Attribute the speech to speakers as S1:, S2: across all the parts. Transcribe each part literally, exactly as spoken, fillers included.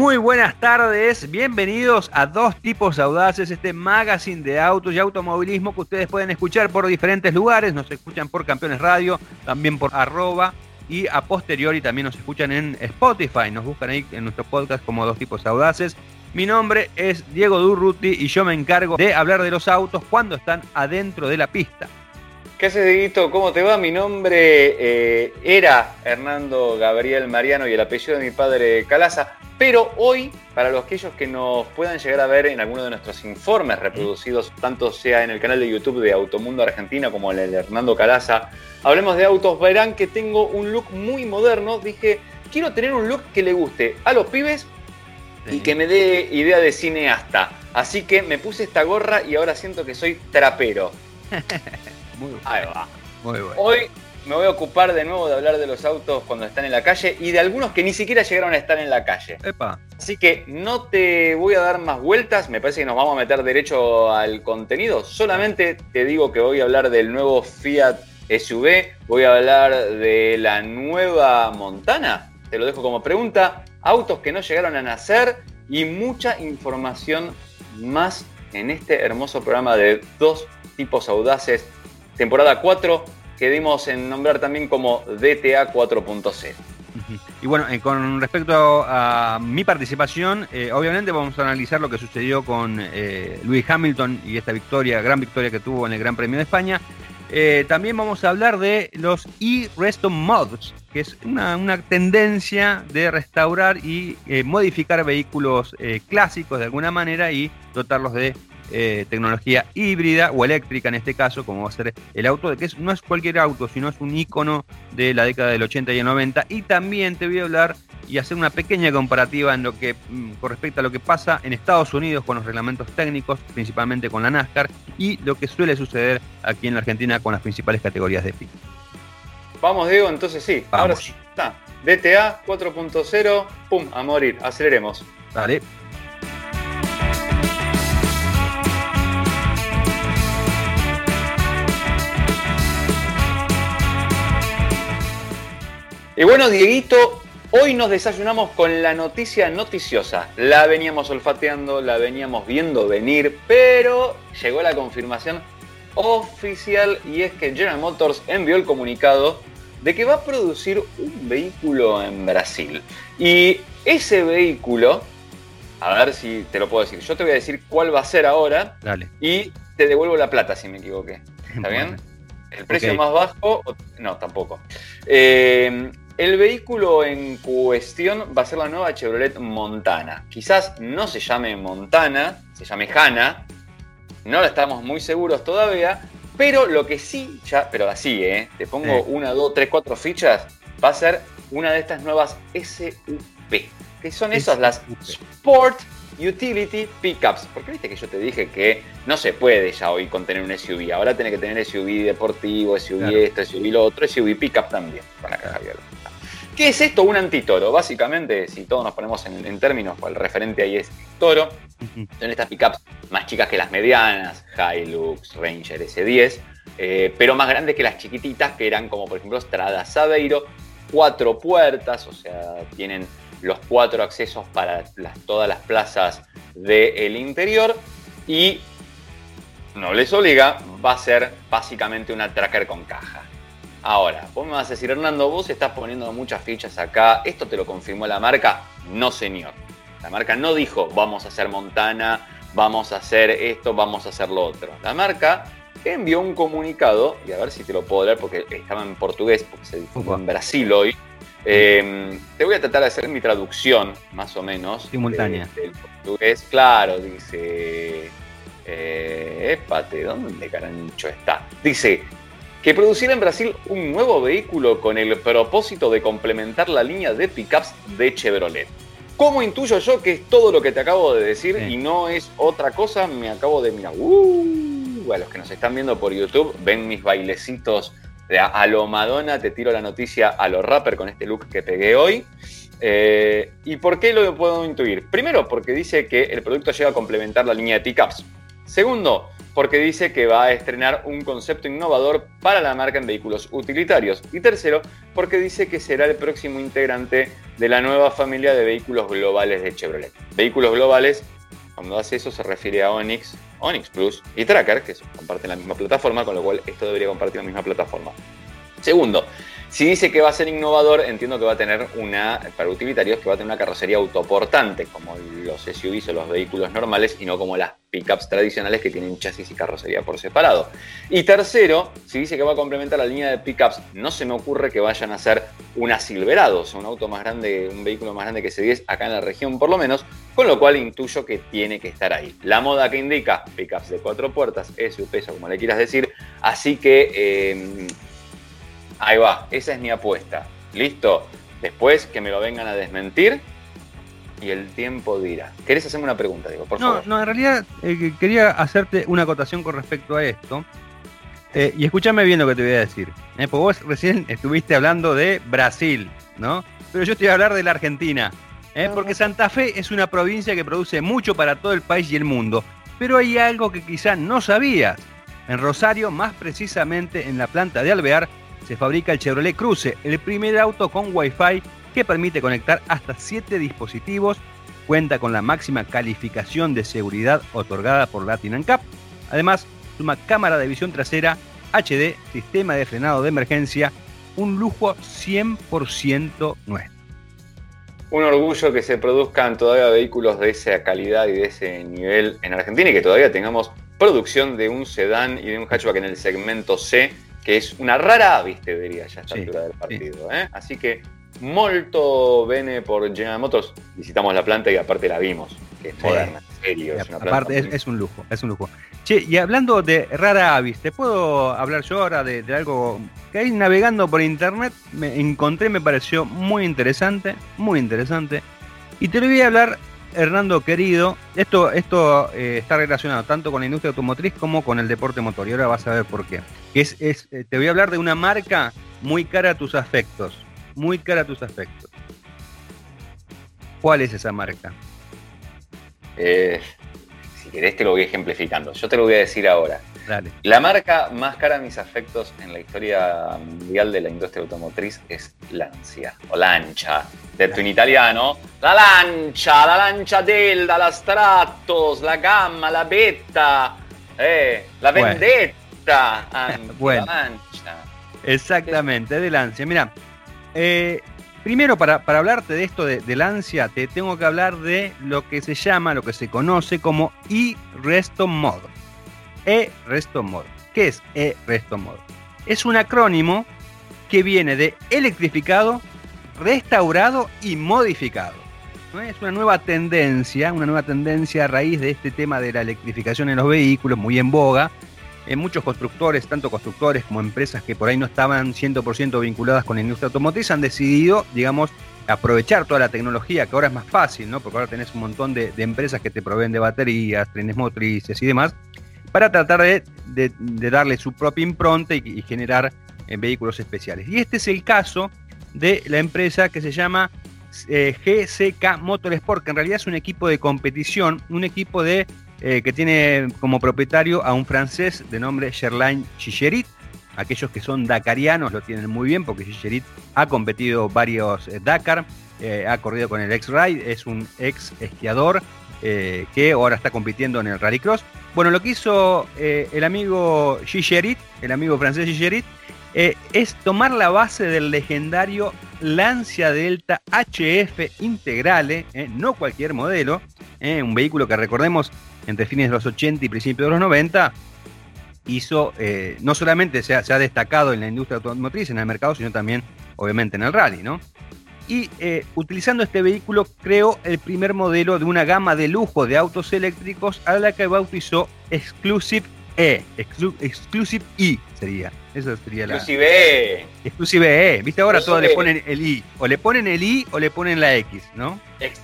S1: Muy buenas tardes, bienvenidos a Dos Tipos Audaces, este magazine de autos y automovilismo que ustedes pueden escuchar por diferentes lugares. Nos escuchan por Campeones Radio, también por arroba y a posteriori también nos escuchan en Spotify. Nos buscan ahí en nuestro podcast como Dos Tipos Audaces. Mi nombre es Diego Durruti y yo me encargo de hablar de los autos cuando están adentro de la pista.
S2: ¿Qué haces, Dieguito? ¿Cómo te va? Mi nombre eh, era Hernando Gabriel Mariano y el apellido de mi padre Calaza, pero hoy, para los aquellos que nos puedan llegar a ver en alguno de nuestros informes reproducidos, tanto sea en el canal de YouTube de Automundo Argentina como en el de Hernando Calaza, hablemos de autos, verán que tengo un look muy moderno. Dije, quiero tener un look que le guste a los pibes y que me dé idea de cineasta. Así que me puse esta gorra y ahora siento que soy trapero.
S1: Muy bueno.
S2: Ahí va.
S1: Muy bueno.
S2: Hoy me voy a ocupar de nuevo de hablar de los autos cuando están en la calle y de algunos que ni siquiera llegaron a estar en la calle.
S1: Epa.
S2: Así que no te voy a dar más vueltas, me parece que nos vamos a meter derecho al contenido. Solamente te digo que voy a hablar del nuevo Fiat S U V, voy a hablar de la nueva Montana, te lo dejo como pregunta, autos que no llegaron a nacer y mucha información más en este hermoso programa de Dos Tipos Audaces, temporada cuatro, que dimos en nombrar también como D T A cuatro punto cero.
S1: Y bueno, eh, con respecto a mi participación, eh, obviamente vamos a analizar lo que sucedió con eh, Lewis Hamilton y esta victoria, gran victoria que tuvo en el Gran Premio de España. Eh, también vamos a hablar de los e-Resto Mods, que es una, una tendencia de restaurar y eh, modificar vehículos eh, clásicos de alguna manera y dotarlos de Eh, tecnología híbrida o eléctrica en este caso, como va a ser el auto, que es, no es cualquier auto, sino es un ícono de la década del ochenta y el noventa. Y también te voy a hablar y hacer una pequeña comparativa en lo que con respecto a lo que pasa en Estados Unidos con los reglamentos técnicos, principalmente con la NASCAR, y lo que suele suceder aquí en la Argentina con las principales categorías de pista.
S2: Vamos, Diego, entonces sí,
S1: Vamos.
S2: Ahora sí está. D T A cuatro punto cero, pum, a morir, aceleremos.
S1: Dale.
S2: Y bueno, Dieguito, hoy nos desayunamos con la noticia noticiosa. La veníamos olfateando, la veníamos viendo venir, pero llegó la confirmación oficial y es que General Motors envió el comunicado de que va a producir un vehículo en Brasil. Y ese vehículo, a ver si te lo puedo decir, yo te voy a decir cuál va a ser ahora.
S1: Dale.
S2: Y te devuelvo la plata si me equivoqué. ¿Está bien? El precio okay. Más bajo, no, tampoco. Eh, el vehículo en cuestión va a ser la nueva Chevrolet Montana. Quizás no se llame Montana, se llame Hana. No lo estamos muy seguros todavía. Pero lo que sí, ya, pero así, ¿eh? Te pongo sí. una, dos, tres, cuatro fichas. Va a ser una de estas nuevas S U V. Que son esas, las Sport Utility Pickups. Porque viste que yo te dije que no se puede ya hoy contener un S U V. Ahora tenés que tener S U V deportivo, S U V claro. esto, S U V lo otro, S U V Pickup también. Con la caja abierta. ¿Qué es esto? Un antitoro. Básicamente, si todos nos ponemos en, en términos, pues el referente ahí es toro. Uh-huh. Son estas pickups más chicas que las medianas, Hilux, Ranger S diez, eh, pero más grandes que las chiquititas, que eran como por ejemplo Strada Saveiro, cuatro puertas, o sea, tienen los cuatro accesos para las, todas las plazas del interior y no les obliga, va a ser básicamente una tracker con caja. Ahora, vos me vas a decir, Hernando, vos estás poniendo muchas fichas acá, ¿esto te lo confirmó la marca? No, señor. La marca no dijo, vamos a hacer Montana, vamos a hacer esto, vamos a hacer lo otro. La marca envió un comunicado, y a ver si te lo puedo leer porque estaba en portugués, porque se difundió en Brasil hoy. Eh, te voy a tratar de hacer mi traducción, más o menos.
S1: Simultánea.
S2: De, del portugués. Claro, dice... Eh, espate, ¿dónde carancho está? Dice... que producirá en Brasil un nuevo vehículo con el propósito de complementar la línea de pickups de Chevrolet. ¿Cómo intuyo yo que es todo lo que te acabo de decir sí. y no es otra cosa? Me acabo de mirar. Uh, a los que nos están viendo por YouTube, ven mis bailecitos de a, a lo Madonna, te tiro la noticia a lo rapper con este look que pegué hoy. Eh, ¿Y por qué lo puedo intuir? Primero, porque dice que el producto llega a complementar la línea de pickups. Segundo, porque dice que va a estrenar un concepto innovador para la marca en vehículos utilitarios. Y tercero, porque dice que será el próximo integrante de la nueva familia de vehículos globales de Chevrolet. Vehículos globales, cuando hace eso se refiere a Onix, Onix Plus y Tracker, que comparten la misma plataforma, con lo cual esto debería compartir la misma plataforma. Segundo, si dice que va a ser innovador, entiendo que va a tener una, para utilitarios, que va a tener una carrocería autoportante, como los S U Vs o los vehículos normales, y no como las pickups tradicionales que tienen chasis y carrocería por separado. Y tercero, si dice que va a complementar la línea de pickups, no se me ocurre que vayan a ser una Silverado, o sea, un auto más grande, un vehículo más grande que C diez acá en la región por lo menos, con lo cual intuyo que tiene que estar ahí. La moda que indica, pickups de cuatro puertas, S U Vs o como le quieras decir, así que... Eh, ahí va, esa es mi apuesta. ¿Listo? Después que me lo vengan a desmentir y el tiempo dirá. ¿Querés hacerme una pregunta, Diego? Por
S1: no,
S2: favor.
S1: No, en realidad eh, quería hacerte una acotación con respecto a esto. Eh, y escúchame bien lo que te voy a decir. Eh, porque vos recién estuviste hablando de Brasil, ¿no? Pero yo te voy a hablar de la Argentina. Eh, porque Santa Fe es una provincia que produce mucho para todo el país y el mundo. Pero hay algo que quizás no sabías. En Rosario, más precisamente en la planta de Alvear, se fabrica el Chevrolet Cruze, el primer auto con Wi-Fi que permite conectar hasta siete dispositivos, cuenta con la máxima calificación de seguridad otorgada por Latin and Cup, además suma cámara de visión trasera, H D, sistema de frenado de emergencia, un lujo cien por ciento nuestro.
S2: Un orgullo que se produzcan todavía vehículos de esa calidad y de ese nivel en Argentina y que todavía tengamos producción de un sedán y de un hatchback en el segmento C, que es una rara avis, te diría ya a esta sí, altura del partido. Sí. ¿eh? Así que, molto bene por General Motors. Visitamos la planta y aparte la vimos, que es sí. moderna, en serio.
S1: Es una aparte es, es un lujo, es un lujo. Che, y hablando de rara avis, ¿te puedo hablar yo ahora de, de algo que ahí navegando por internet me encontré, me pareció muy interesante, muy interesante? Y te lo voy a hablar, Hernando querido, esto, esto eh, está relacionado tanto con la industria automotriz como con el deporte motor, y ahora vas a ver por qué. Es, es, te voy a hablar de una marca muy cara a tus afectos, muy cara a tus afectos. ¿Cuál es esa marca?
S2: Eh, si querés te lo voy ejemplificando, yo te lo voy a decir ahora.
S1: Dale.
S2: La marca más cara a mis afectos en la historia mundial de la industria automotriz es Lancia, o Lancia, detto in italiano, la Lancia, la Lancia Delta, la Stratos, la Gamma, la Betta, eh, la Vendetta. Anche,
S1: bueno,
S2: la Lancia.
S1: Exactamente, de Lancia. Mira, eh, primero para, para hablarte de esto de, de Lancia, te tengo que hablar de lo que se llama, lo que se conoce como e-Resto Mod. E-Resto Mod. ¿Qué es E-Resto Mod? Es un acrónimo que viene de electrificado, restaurado y modificado. ¿No? Es una nueva tendencia, una nueva tendencia a raíz de este tema de la electrificación en los vehículos, muy en boga. En muchos constructores, tanto constructores como empresas que por ahí no estaban cien por ciento vinculadas con la industria automotriz, han decidido, digamos, aprovechar toda la tecnología, que ahora es más fácil, ¿no? Porque ahora tenés un montón de, de empresas que te proveen de baterías, trenes motrices y demás, para tratar de, de, de darle su propia impronta y, y generar eh, vehículos especiales. Y este es el caso de la empresa que se llama eh, G C K Motorsport, que en realidad es un equipo de competición, un equipo de Eh, que tiene como propietario a un francés de nombre Gerlain Gillerit. Aquellos que son dakarianos lo tienen muy bien porque Gillerit ha competido varios eh, Dakar, eh, ha corrido con el X-Ride, es un ex esquiador eh, que ahora está compitiendo en el Rallycross. Bueno, lo que hizo eh, el amigo Gillerit, el amigo francés Gillerit, eh, es tomar la base del legendario Lancia Delta H F Integrale, eh, no cualquier modelo, eh, un vehículo que recordemos entre fines de los ochenta y principios de los noventa, hizo, eh, no solamente se ha, se ha destacado en la industria automotriz, en el mercado, sino también, obviamente, en el rally, ¿no? Y eh, utilizando este vehículo, creó el primer modelo de una gama de lujo de autos eléctricos a la que bautizó Exclusive E. Exclu Exclusive E sería. Esa sería la.
S2: Exclusive E.
S1: Exclusive E. Viste, ahora todos le ponen el I. O le ponen el I o le ponen la X, ¿no?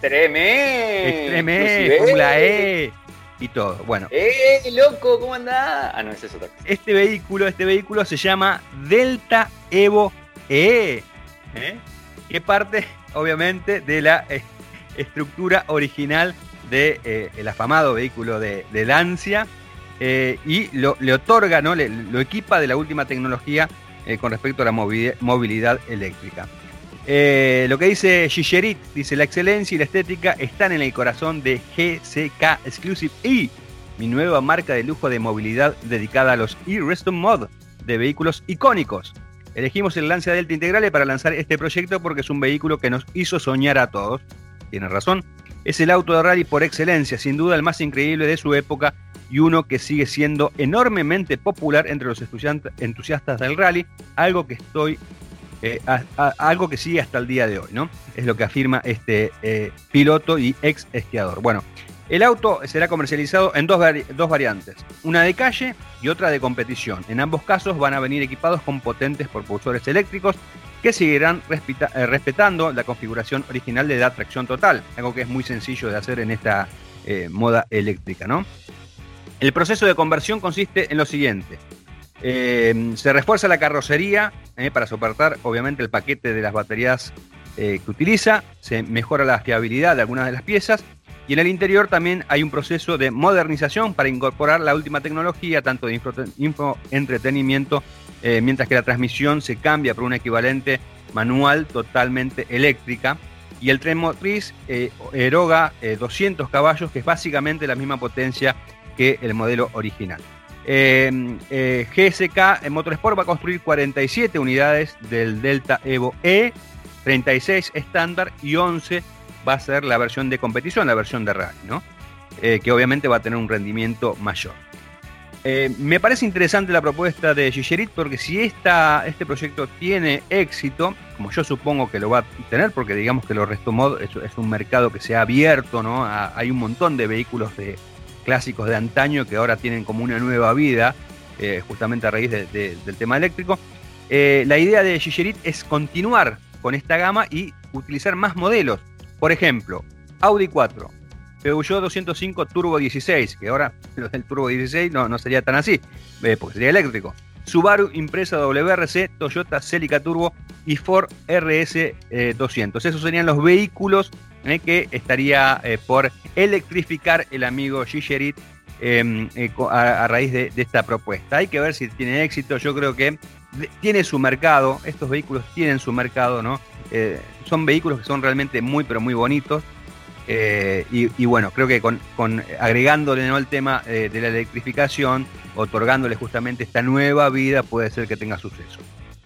S2: Extreme.
S1: Extreme E, Fórmula E. Y todo, bueno.
S2: ¡Eh, loco! ¿Cómo andás? Ah, no, ese es otro.
S1: Este vehículo, este vehículo se llama Delta Evo E, ¿eh? que parte, obviamente, de la eh, estructura original del de, eh, afamado vehículo de, de Lancia, eh, y lo, le otorga, ¿no? le, lo equipa de la última tecnología eh, con respecto a la movilidad, movilidad eléctrica. Eh, lo que dice Gigerit, dice: la excelencia y la estética están en el corazón de G C K Exclusive E, mi nueva marca de lujo de movilidad dedicada a los e-Reston Mod de vehículos icónicos. Elegimos el Lancia Delta Integrale para lanzar este proyecto porque es un vehículo que nos hizo soñar a todos. Tiene razón. Es el auto de rally por excelencia, sin duda el más increíble de su época y uno que sigue siendo enormemente popular entre los entusiastas del rally, algo que estoy eh, a, a, algo que sigue hasta el día de hoy, ¿no? Es lo que afirma este eh, piloto y ex esquiador. Bueno, el auto será comercializado en dos, vari dos variantes, una de calle y otra de competición. En ambos casos van a venir equipados con potentes propulsores eléctricos que seguirán respeta eh, respetando la configuración original de la tracción total, algo que es muy sencillo de hacer en esta eh, moda eléctrica, ¿no? El proceso de conversión consiste en lo siguiente. Eh, se refuerza la carrocería eh, para soportar obviamente el paquete de las baterías eh, que utiliza, se mejora la fiabilidad de algunas de las piezas y en el interior también hay un proceso de modernización para incorporar la última tecnología, tanto de infoentretenimiento, info eh, mientras que la transmisión se cambia por una equivalente manual totalmente eléctrica y el tren motriz eh, eroga eh, doscientos caballos, que es básicamente la misma potencia que el modelo original. Eh, eh, G S K Motorsport va a construir cuarenta y siete unidades del Delta Evo E, treinta y seis estándar y once va a ser la versión de competición, la versión de rally, ¿no? Eh, que obviamente va a tener un rendimiento mayor. Eh, me parece interesante la propuesta de Gigerit porque si esta, este proyecto tiene éxito, como yo supongo que lo va a tener, porque digamos que lo Reston Mod es, es un mercado que se ha abierto, ¿no? A, hay un montón de vehículos de clásicos de antaño que ahora tienen como una nueva vida, eh, justamente a raíz de, de, del tema eléctrico. Eh, la idea de Gigerit es continuar con esta gama y utilizar más modelos. Por ejemplo, Audi cuatro, Peugeot doscientos cinco Turbo dieciséis, que ahora lo del Turbo dieciséis no, no sería tan así, eh, porque sería eléctrico. Subaru Impreza W R C, Toyota Celica Turbo y Ford R S doscientos. Esos serían los vehículos eh, que estaría eh, por electrificar el amigo Gigerit eh, eh, a, a raíz de, de esta propuesta. Hay que ver si tiene éxito. Yo creo que tiene su mercado, estos vehículos tienen su mercado, ¿no? Eh, son vehículos que son realmente muy, pero muy bonitos. Eh, y, y bueno, creo que con, con agregándole, ¿no?, el tema eh, de la electrificación, otorgándole justamente esta nueva vida, puede ser que tenga suceso.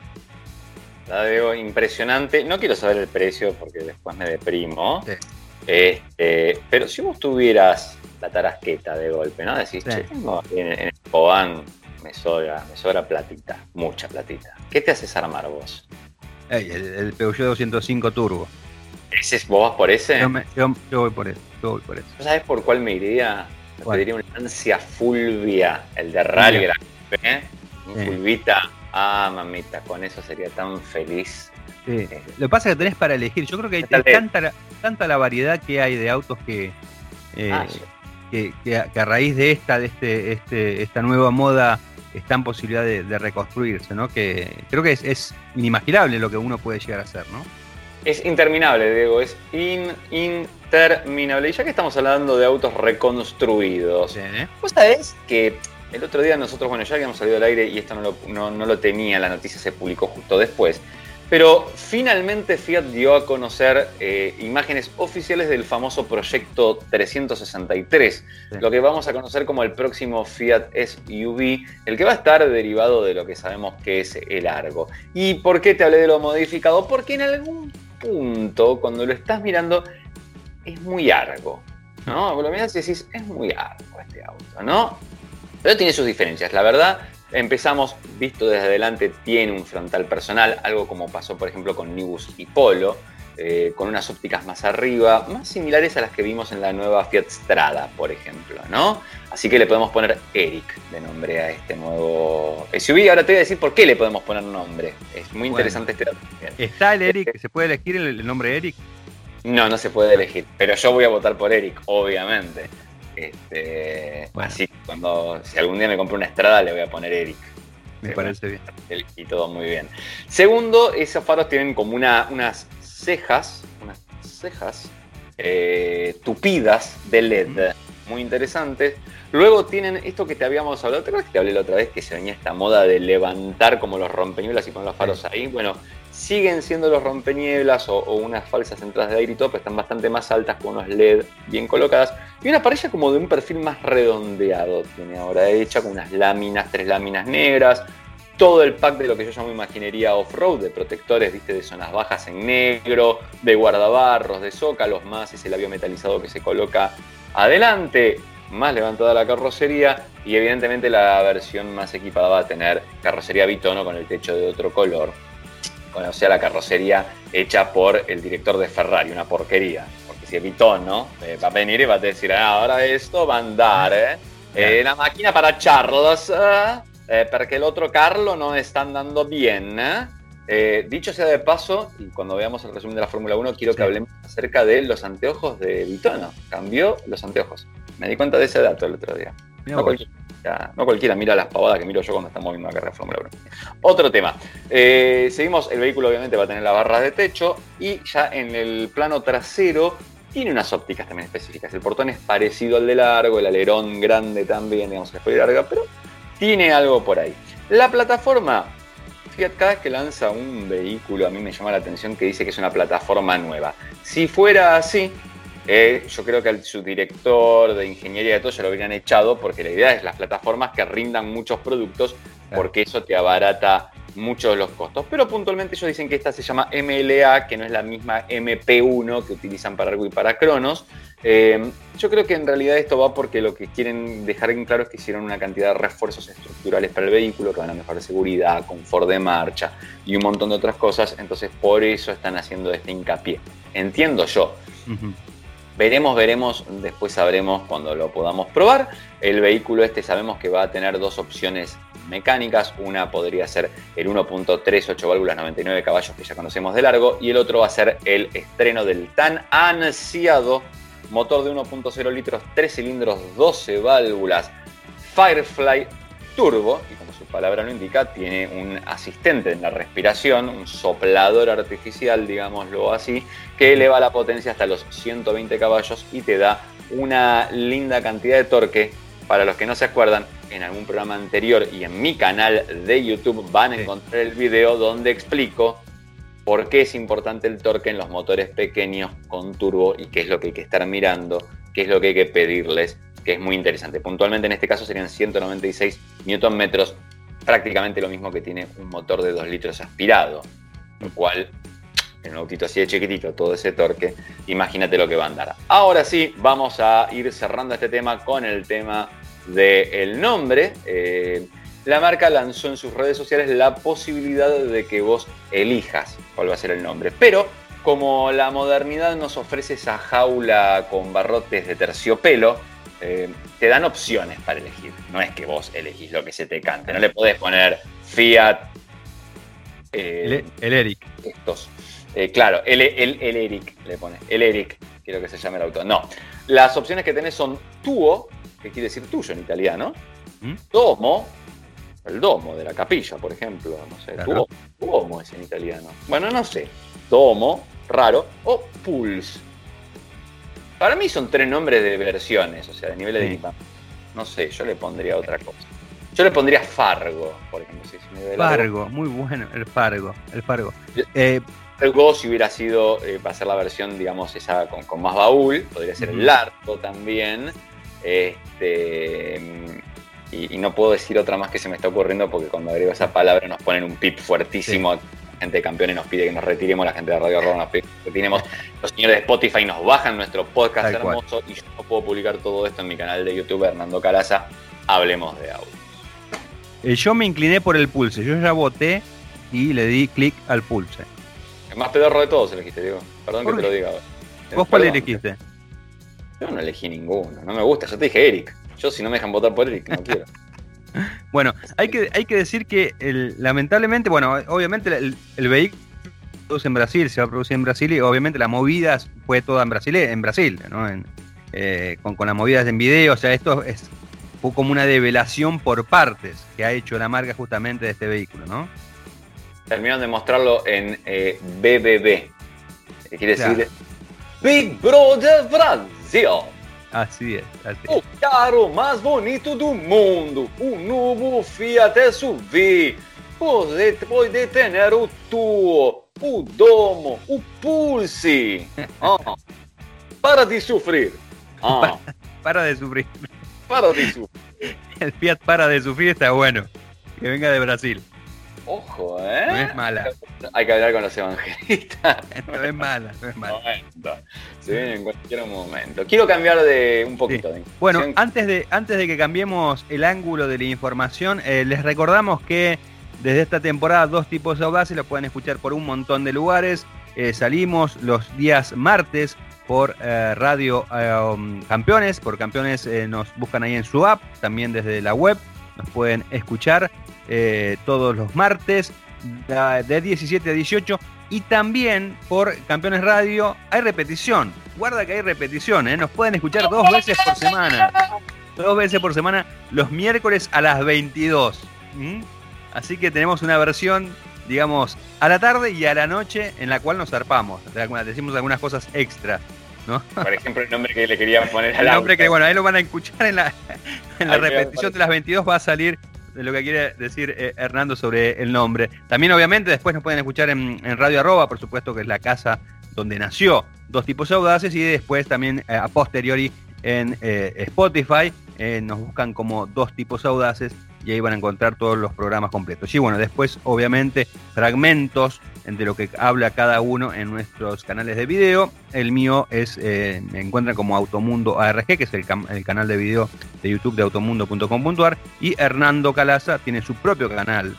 S2: La veo impresionante. No quiero saber el precio porque después me deprimo. Sí. Este, pero si vos tuvieras la tarasqueta de golpe, ¿no? Decís, sí, che, tengo en, en el Cobán, me sobra, me sobra platita, mucha platita. ¿Qué te haces armar vos?
S1: Hey, el, el Peugeot doscientos cinco Turbo.
S2: ¿Ese es, vos vas por ese?
S1: Yo, me, yo, yo voy por eso, yo voy por eso.
S2: ¿Sabes por cuál me iría? Me ¿Cuál? Pediría un Lancia Fulvia, el de rally, sí, grande, ¿eh? Un sí. Fulvita. Ah, mamita, con eso sería tan feliz.
S1: Sí. Eh, Lo que pasa es que tenés para elegir. Yo creo que hay, hay tanta, tanta la variedad que hay de autos que, eh, ah, sí. que, que, a, que a raíz de esta, de este, este, esta nueva moda está en posibilidad de, de reconstruirse, ¿no? Que creo que es, es inimaginable lo que uno puede llegar a hacer, ¿no?
S2: Es interminable, Diego, es in, interminable. Y ya que estamos hablando de autos reconstruidos, sí, ¿eh? Vos sabés que el otro día nosotros, bueno, ya habíamos salido al aire y esto no lo, no, no lo tenía, la noticia se publicó justo después, pero finalmente Fiat dio a conocer eh, imágenes oficiales del famoso proyecto trescientos sesenta y tres, sí, lo que vamos a conocer como el próximo Fiat S U V, el que va a estar derivado de lo que sabemos que es el Argo. ¿Y por qué te hablé de lo modificado? Porque en algún punto, cuando lo estás mirando, es muy Argo, ¿no? Vos lo mirás y decís, es muy Argo este auto, ¿no? Pero tiene sus diferencias, la verdad. Empezamos, visto desde adelante, tiene un frontal personal, algo como pasó por ejemplo con Nibus y Polo, eh, con unas ópticas más arriba, más similares a las que vimos en la nueva Fiat Strada, por ejemplo, ¿no? Así que le podemos poner Eric de nombre a este nuevo S U V. Ahora te voy a decir por qué le podemos poner nombre. Es muy interesante, bueno, este dato.
S1: ¿Está el Eric? ¿Se puede elegir el, el nombre Eric?
S2: No, no se puede elegir, pero yo voy a votar por Eric, obviamente. Este, bueno. Así que cuando, si algún día me compro una Strada, le voy a poner Eric.
S1: Me eh, parece bien.
S2: Y todo muy bien. Segundo, esos faros tienen como una, unas cejas, unas cejas eh, tupidas de L E D, muy interesantes. Luego tienen esto que te habíamos hablado, ¿te acuerdas que te hablé la otra vez que se venía esta moda de levantar como los rompeñuelas y poner los faros ahí? Bueno, siguen siendo los rompeñuelas o, o unas falsas entradas de aire y todo, pero están bastante más altas con unos L E D bien colocadas. Y una parrilla como de un perfil más redondeado tiene ahora hecha, con unas láminas, tres láminas negras. Todo el pack de lo que yo llamo imaginería off-road, de protectores, viste, de zonas bajas en negro, de guardabarros, de zócalos, más ese labio metalizado que se coloca adelante, más levantada la carrocería, y evidentemente la versión más equipada va a tener carrocería bitono con el techo de otro color. O sea, la carrocería hecha por el director de Ferrari, una porquería. Porque si es bitono, eh, va a venir y va a decir, ah, ahora esto va a andar, eh. eh la máquina para Charles, eh, eh, porque el otro Carlo no está andando bien, eh. Eh, dicho sea de paso, y cuando veamos el resumen de la Fórmula uno, quiero sí. que hablemos acerca de los anteojos de Bitono. Cambió los anteojos. Me di cuenta de ese dato el otro día. No cualquiera, no cualquiera mira las pavadas que miro yo cuando estamos viendo una carrera de Fórmula uno. Otro tema. Eh, seguimos, el vehículo obviamente va a tener la barra de techo y ya en el plano trasero tiene unas ópticas también específicas. El portón es parecido al de largo, el alerón grande también, digamos que fue larga, pero tiene algo por ahí. La plataforma... Fíjate, cada vez que lanza un vehículo a mí me llama la atención que dice que es una plataforma nueva. Si fuera así, eh, yo creo que al subdirector de ingeniería de todo ya lo habrían echado, porque la idea es las plataformas que rindan muchos productos, porque eso te abarata muchos de los costos. Pero puntualmente ellos dicen que esta se llama M L A, que no es la misma M P uno que utilizan para Argo y para Cronos. Eh, yo creo que en realidad esto va porque lo que quieren dejar en claro es que hicieron una cantidad de refuerzos estructurales para el vehículo que van a mejorar seguridad, confort de marcha y un montón de otras cosas. Entonces por eso están haciendo este hincapié. Entiendo yo. Uh-huh. Veremos, veremos, después sabremos cuando lo podamos probar. El vehículo este sabemos que va a tener dos opciones mecánicas. Una podría ser el uno punto tres, ocho válvulas, noventa y nueve caballos que ya conocemos de largo, y el otro va a ser el estreno del tan ansiado motor de uno punto cero litros, tres cilindros, doce válvulas, Firefly Turbo, y como su palabra lo indica, tiene un asistente en la respiración, un soplador artificial, digámoslo así, que eleva la potencia hasta los ciento veinte caballos y te da una linda cantidad de torque. Para los que no se acuerdan, en algún programa anterior y en mi canal de YouTube van a encontrar el video donde explico por qué es importante el torque en los motores pequeños con turbo y qué es lo que hay que estar mirando, qué es lo que hay que pedirles, que es muy interesante. Puntualmente en este caso serían ciento noventa y seis newton metros, prácticamente lo mismo que tiene un motor de dos litros aspirado, lo cual, en un autito así de chiquitito, todo ese torque, imagínate lo que va a andar. Ahora sí, vamos a ir cerrando este tema con el tema del nombre. Eh, La marca lanzó en sus redes sociales la posibilidad de que vos elijas cuál va a ser el nombre. Pero como la modernidad nos ofrece esa jaula con barrotes de terciopelo, eh, te dan opciones para elegir. No es que vos elegís lo que se te cante. No le podés poner Fiat...
S1: Eh, el, el Eric.
S2: Estos. Eh, claro, el, el, el Eric le pones. El Eric, quiero que se llame el auto. No. Las opciones que tenés son Tuo, que quiere decir tuyo en italiano. ¿Mm? Domo. El domo de la capilla, por ejemplo, no sé, claro. Duomo es en italiano. Bueno, no sé, domo, raro, o pulse. Para mí son tres nombres de versiones, o sea, de niveles sí. de equipamiento. No sé, yo le pondría otra cosa. Yo le pondría Fargo, por ejemplo. Si es
S1: Fargo, muy bueno, el Fargo, el Fargo. Eh,
S2: Fargo, si hubiera sido, eh, va a ser la versión, digamos, esa con, con más baúl, podría ser uh-huh. el Largo también. Este... Y, y no puedo decir otra más que se me está ocurriendo porque cuando agrego esa palabra nos ponen un pip fuertísimo. Sí. La gente de Campeones nos pide que nos retiremos, la gente de Radio Rock nos pide que nos retiremos. Los señores de Spotify nos bajan nuestro podcast Tal hermoso cual. Y yo no puedo publicar todo esto en mi canal de YouTube, Hernando Caraza. Hablemos de autos.
S1: Eh, yo me incliné por el Pulse. Yo ya voté y le di clic al Pulse.
S2: El más pedorro de todos elegiste, Diego. Perdón que te lo diga ahora.
S1: ¿Vos cuál elegiste?
S2: Yo no elegí ninguno. No me gusta. Yo te dije Eric. Yo, si no me dejan votar por Eric, no quiero.
S1: Bueno, hay que, hay que decir que el, lamentablemente, bueno, obviamente el, el vehículo se produce en Brasil, se va a producir en Brasil y obviamente la movida fue toda en Brasil, en Brasil, ¿no? En, eh, con, con las movidas en video, o sea, esto es fue como una develación por partes que ha hecho la marca justamente de este vehículo, ¿no?
S2: Terminaron de mostrarlo en eh, B B B, que quiere claro. decir Big Brother Brasil.
S1: Así es, así es.
S2: O carro mais bonito do mundo, o novo Fiat S U V. Pode, pode ter o Tuo, o Domo, o Pulse. Ah, para de sufrir. Ah,
S1: para, para de sufrir.
S2: Para de sufrir.
S1: El Fiat para de sufrir está bueno. Que venga de Brasil.
S2: Ojo, ¿eh?
S1: No es mala.
S2: Hay que hablar con los evangelistas.
S1: No es mala, no es mala.
S2: Se viene en cualquier momento. Quiero cambiar de un poquito
S1: sí.
S2: de
S1: Bueno, antes de, antes de que cambiemos el ángulo de la información, eh, les recordamos que desde esta temporada Dos Tipos Audaces lo pueden escuchar por un montón de lugares. Eh, salimos los días martes por eh, Radio eh, um, Campeones. Por Campeones eh, nos buscan ahí en su app, también desde la web. Nos pueden escuchar eh, todos los martes de diecisiete a dieciocho. Y también por Campeones Radio hay repetición. Guarda que hay repetición, ¿eh? Nos pueden escuchar dos veces por semana. Dos veces por semana los miércoles a las veintidós. ¿Mm? Así que tenemos una versión, digamos, a la tarde y a la noche en la cual nos zarpamos. Decimos algunas cosas extra, ¿no?
S2: Por ejemplo, el nombre que le quería poner al
S1: El nombre
S2: auto.
S1: que, bueno, ahí lo van a escuchar en la, en la
S2: Ahí
S1: repetición de las veintidós, va a salir de lo que quiere decir eh, Hernando sobre el nombre. También, obviamente, después nos pueden escuchar en, en Radio Arroba, por supuesto, que es la casa donde nació Dos Tipos Audaces, y después también eh, a posteriori en eh, Spotify. Eh, nos buscan como Dos Tipos Audaces y ahí van a encontrar todos los programas completos. Y bueno, después obviamente fragmentos de lo que habla cada uno en nuestros canales de video. El mío es, eh, me encuentran como Automundo A R G, que es el, cam- el canal de video de YouTube de automundo punto com punto a r, y Hernando Calaza tiene su propio canal,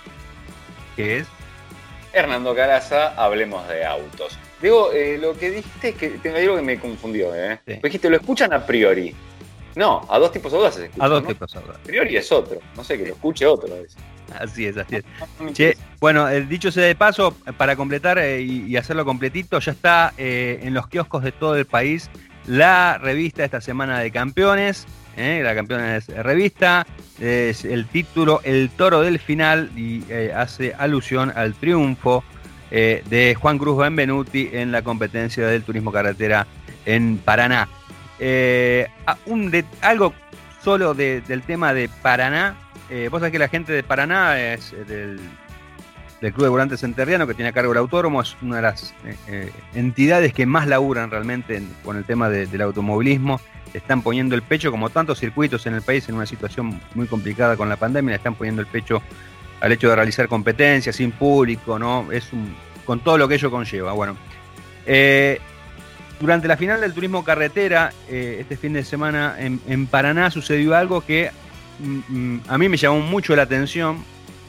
S1: que es
S2: Hernando Calaza, Hablemos de Autos. Digo, eh, lo que dijiste es que tengo algo que me confundió, ¿eh?
S1: Sí.
S2: Dijiste, lo escuchan a priori. No, a Dos Tipos Audaces escuchan,
S1: a Dos
S2: ¿no?
S1: Tipos Audaces.
S2: A priori es otro. No sé, que lo escuche otro a veces.
S1: Así es, así es. Che, bueno, eh, dicho sea de paso, para completar eh, y, y hacerlo completito, ya está eh, en los kioscos de todo el país la revista esta semana de Campeones, eh, la Campeones revista, es el título El Toro del Final, y eh, hace alusión al triunfo eh, de Juan Cruz Benvenuti en la competencia del turismo carretera en Paraná. Eh, un de, algo solo de, del tema de Paraná. Eh, vos sabés que la gente de Paraná es del, del Club de Volantes Enterriano, que tiene a cargo el autódromo, es una de las eh, eh, entidades que más laburan realmente en, con el tema de, del automovilismo. Están poniendo el pecho, como tantos circuitos en el país, en una situación muy complicada con la pandemia, le están poniendo el pecho al hecho de realizar competencias sin público, ¿no? Es un, con todo lo que ello conlleva. Bueno, eh, durante la final del turismo carretera, eh, este fin de semana en, en Paraná sucedió algo que mm, a mí me llamó mucho la atención.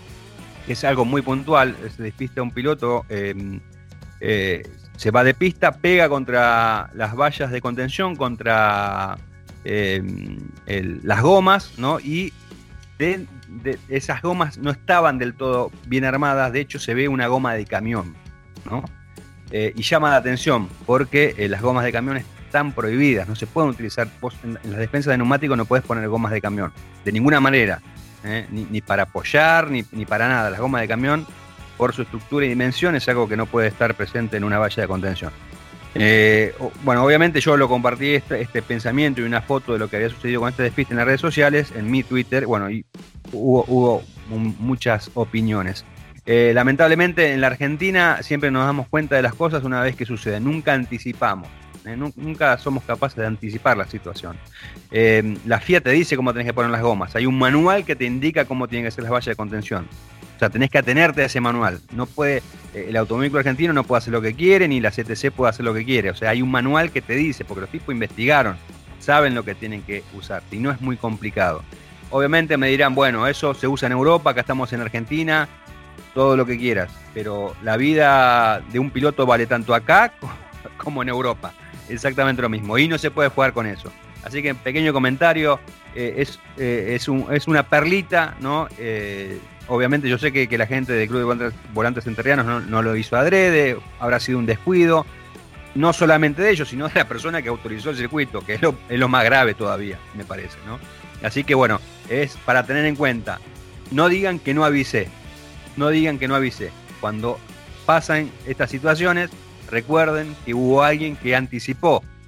S1: Es algo muy puntual. Se despista un piloto, eh, eh, se va de pista, pega contra las vallas de contención, contra eh, el, las gomas, ¿no? Y de, de, esas gomas no estaban del todo bien armadas. De hecho, se ve una goma de camión, ¿no? Eh, y llama la atención porque eh, las gomas de camión están prohibidas, no se pueden utilizar. Vos en, en las despensas de neumáticos no puedes poner gomas de camión, de ninguna manera, eh, ni, ni para apoyar, ni, ni para nada. Las gomas de camión, por su estructura y dimensión, es algo que no puede estar presente en una valla de contención. Eh, bueno, obviamente yo lo compartí este, este pensamiento y una foto de lo que había sucedido con este despiste en las redes sociales, en mi Twitter, bueno, y hubo, hubo un, muchas opiniones. Eh, lamentablemente en la Argentina siempre nos damos cuenta de las cosas una vez que suceden, nunca anticipamos, eh, nunca somos capaces de anticipar la situación. Eh, la F I A te dice cómo tenés que poner las gomas, hay un manual que te indica cómo tienen que ser las vallas de contención, o sea, tenés que atenerte a ese manual. No puede, eh, el automóvil argentino no puede hacer lo que quiere, ni la C T C puede hacer lo que quiere, o sea, hay un manual que te dice, porque los tipos investigaron, saben lo que tienen que usar, y no es muy complicado. Obviamente me dirán, bueno, eso se usa en Europa, acá estamos en Argentina, todo lo que quieras, pero la vida de un piloto vale tanto acá como en Europa, exactamente lo mismo, y no se puede jugar con eso. Así que pequeño comentario, eh, es, eh, es, un, es una perlita, ¿no? Eh, obviamente yo sé que, que la gente del Club de Volantes, Volantes Enterrianos no, no lo hizo adrede, habrá sido un descuido, no solamente de ellos, sino de la persona que autorizó el circuito, que es lo, es lo más grave todavía, me parece, ¿no? Así que bueno, es para tener en cuenta, no digan que no avisé. No digan que no avisé. Cuando pasan estas situaciones, recuerden que hubo alguien que anticipó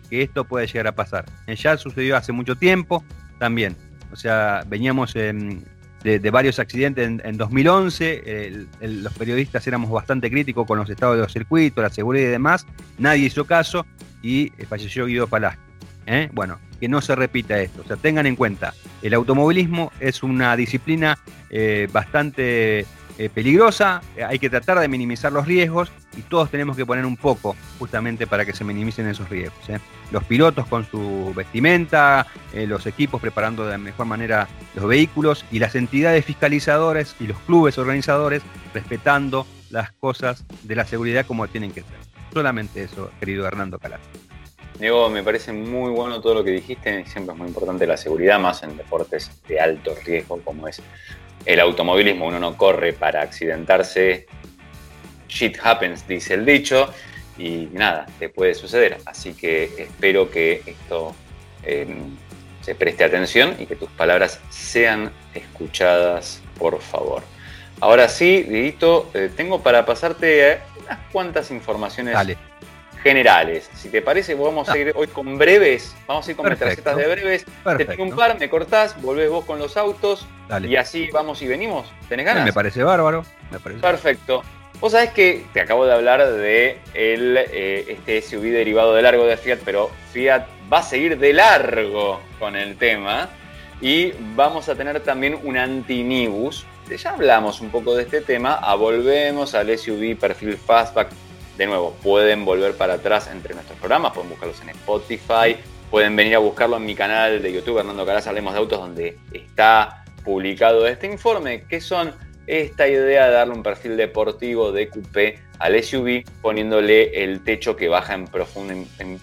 S1: que esto puede llegar a pasar. Ya sucedió hace mucho tiempo también. O sea, veníamos en, de, de varios accidentes en, en dos mil once, el, el, los periodistas éramos bastante críticos con los estados de los circuitos, la seguridad y demás, nadie hizo caso y eh, falleció Guido Falaschi. ¿Eh? Bueno, que no se repita esto. O sea, tengan en cuenta, el automovilismo es una disciplina eh, bastante eh, peligrosa, eh, hay que tratar de minimizar los riesgos y todos tenemos que poner un poco justamente para que se minimicen esos riesgos. ¿eh? Los pilotos con su vestimenta, eh, los equipos preparando de la mejor manera los vehículos y las entidades fiscalizadoras y los clubes organizadores respetando las cosas de la seguridad como tienen que ser. Solamente eso, querido Hernando Calas.
S2: Diego, me parece muy bueno todo lo que dijiste, siempre es muy importante la seguridad, más en deportes de alto riesgo como es el automovilismo. Uno no corre para accidentarse, shit happens, dice el dicho, y nada, te puede suceder. Así que espero que esto eh, se preste atención y que tus palabras sean escuchadas, por favor. Ahora sí, Dieguito, eh, tengo para pasarte unas cuantas informaciones. Dale. Generales. Si te parece, vamos a ir hoy con breves. Vamos a ir con
S1: Perfecto.
S2: mis tarjetas de breves. Perfecto. Te tengo un par, me cortás, volvés vos con los autos. Dale. Y así vamos y venimos. ¿Tenés ganas?
S1: Me parece bárbaro. Me parece
S2: Perfecto. Vos sabés que te acabo de hablar de el, eh, este S U V derivado de largo de Fiat, pero Fiat va a seguir de largo con el tema. Y vamos a tener también un anti-Nibus. Ya hablamos un poco de este tema. A volvemos al S U V perfil Fastback. De nuevo, pueden volver para atrás entre nuestros programas, pueden buscarlos en Spotify, pueden venir a buscarlo en mi canal de YouTube, Hernando Calas, Hablemos de Autos, donde está publicado este informe, que son esta idea de darle un perfil deportivo de coupé al S U V, poniéndole el techo que baja en profundo, en, en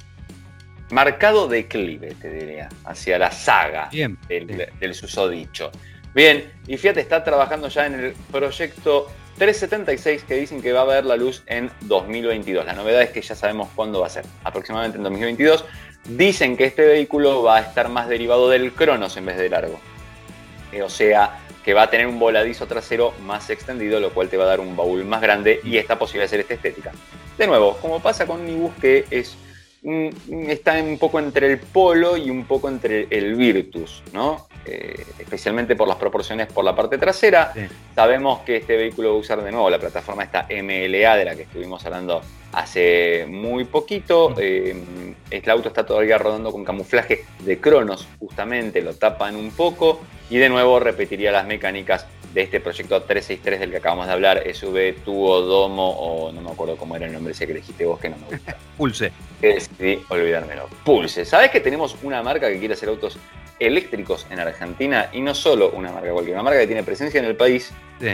S2: marcado declive, te diría, hacia la saga
S1: bien,
S2: del,
S1: bien.
S2: del susodicho. Bien, y Fiat está trabajando ya en el proyecto trescientos setenta y seis que dicen que va a ver la luz en dos mil veintidós. La novedad es que ya sabemos cuándo va a ser, aproximadamente en dos mil veintidós. Dicen que este vehículo va a estar más derivado del Cronos en vez de largo. Eh, o sea, que va a tener un voladizo trasero más extendido, lo cual te va a dar un baúl más grande y esta posibilidad de ser esta estética. De nuevo, como pasa con Nibus, que es, mm, está un poco entre el Polo y un poco entre el Virtus, ¿no? Eh, especialmente por las proporciones por la parte trasera. Sí. Sabemos que este vehículo va a usar de nuevo la plataforma esta M L A de la que estuvimos hablando hace muy poquito. Eh, el auto está todavía rodando con camuflaje de Cronos, justamente lo tapan un poco y de nuevo repetiría las mecánicas de este proyecto trescientos sesenta y tres del que acabamos de hablar, S U V, tubo, domo o no me acuerdo cómo era el nombre ese que elegiste vos que no me gusta.
S1: Pulse.
S2: Que decidí olvidármelo. Pulse. ¿Sabés que tenemos una marca que quiere hacer autos eléctricos en Argentina? Y no solo una marca cualquiera, una marca que tiene presencia en el país, sí.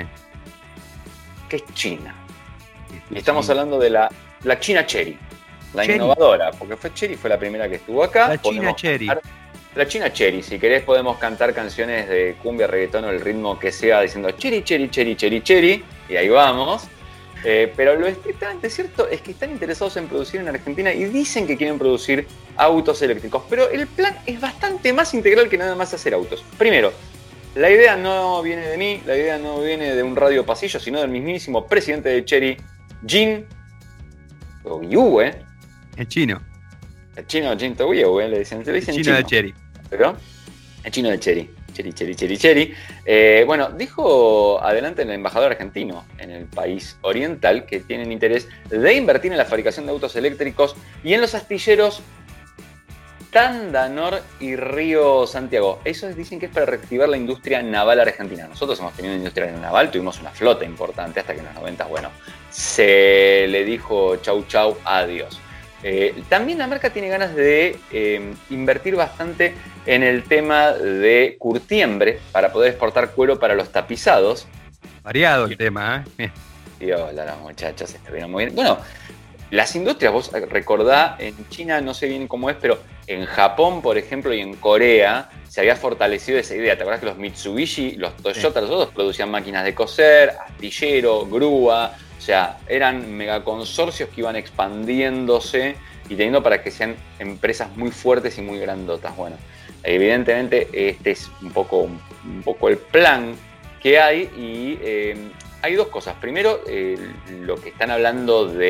S2: Que es China. Y estamos sí. hablando de la, la China Chery, la Chery. Innovadora, porque fue Chery, fue la primera que estuvo acá.
S1: La China Chery.
S2: La China Chery, si querés podemos cantar canciones de cumbia, reggaetón o el ritmo que sea diciendo Chery, Chery, Chery, Chery, Chery, y ahí vamos. Eh, pero lo estrictamente cierto es que están interesados en producir en Argentina y dicen que quieren producir autos eléctricos, pero el plan es bastante más integral que nada más hacer autos. Primero, la idea no viene de mí, la idea no viene de un radio pasillo, sino del mismísimo presidente de Chery, Jin Touyou, ¿eh?
S1: El chino.
S2: El chino Jin Touyou, ¿eh? Le dicen, le dicen
S1: el chino,
S2: chino
S1: de Chery.
S2: ¿Pero? El chino de Chery. Chery, Chery, Chery, Chery. Eh, bueno, dijo adelante el embajador argentino en el país oriental que tienen interés de invertir en la fabricación de autos eléctricos y en los astilleros Tandanor y Río Santiago. Eso dicen que es para reactivar la industria naval argentina. Nosotros hemos tenido una industria naval, tuvimos una flota importante hasta que en los noventa, bueno, se le dijo chau chau, adiós. Eh, también la marca tiene ganas de eh, invertir bastante en el tema de curtiembre para poder exportar cuero para los tapizados.
S1: Variado el tema, ¿eh?
S2: Dios, los muchachos estuvieron muy bien. Bueno, las industrias, vos recordá, en China no sé bien cómo es, pero en Japón, por ejemplo, y en Corea se había fortalecido esa idea. ¿Te acuerdas que los Mitsubishi, los Toyota, sí. los otros producían máquinas de coser, astillero, grúa? O sea, eran megaconsorcios que iban expandiéndose y teniendo para que sean empresas muy fuertes y muy grandotas. Bueno, evidentemente este es un poco, un poco el plan que hay y eh, hay dos cosas. Primero, eh, lo que están hablando de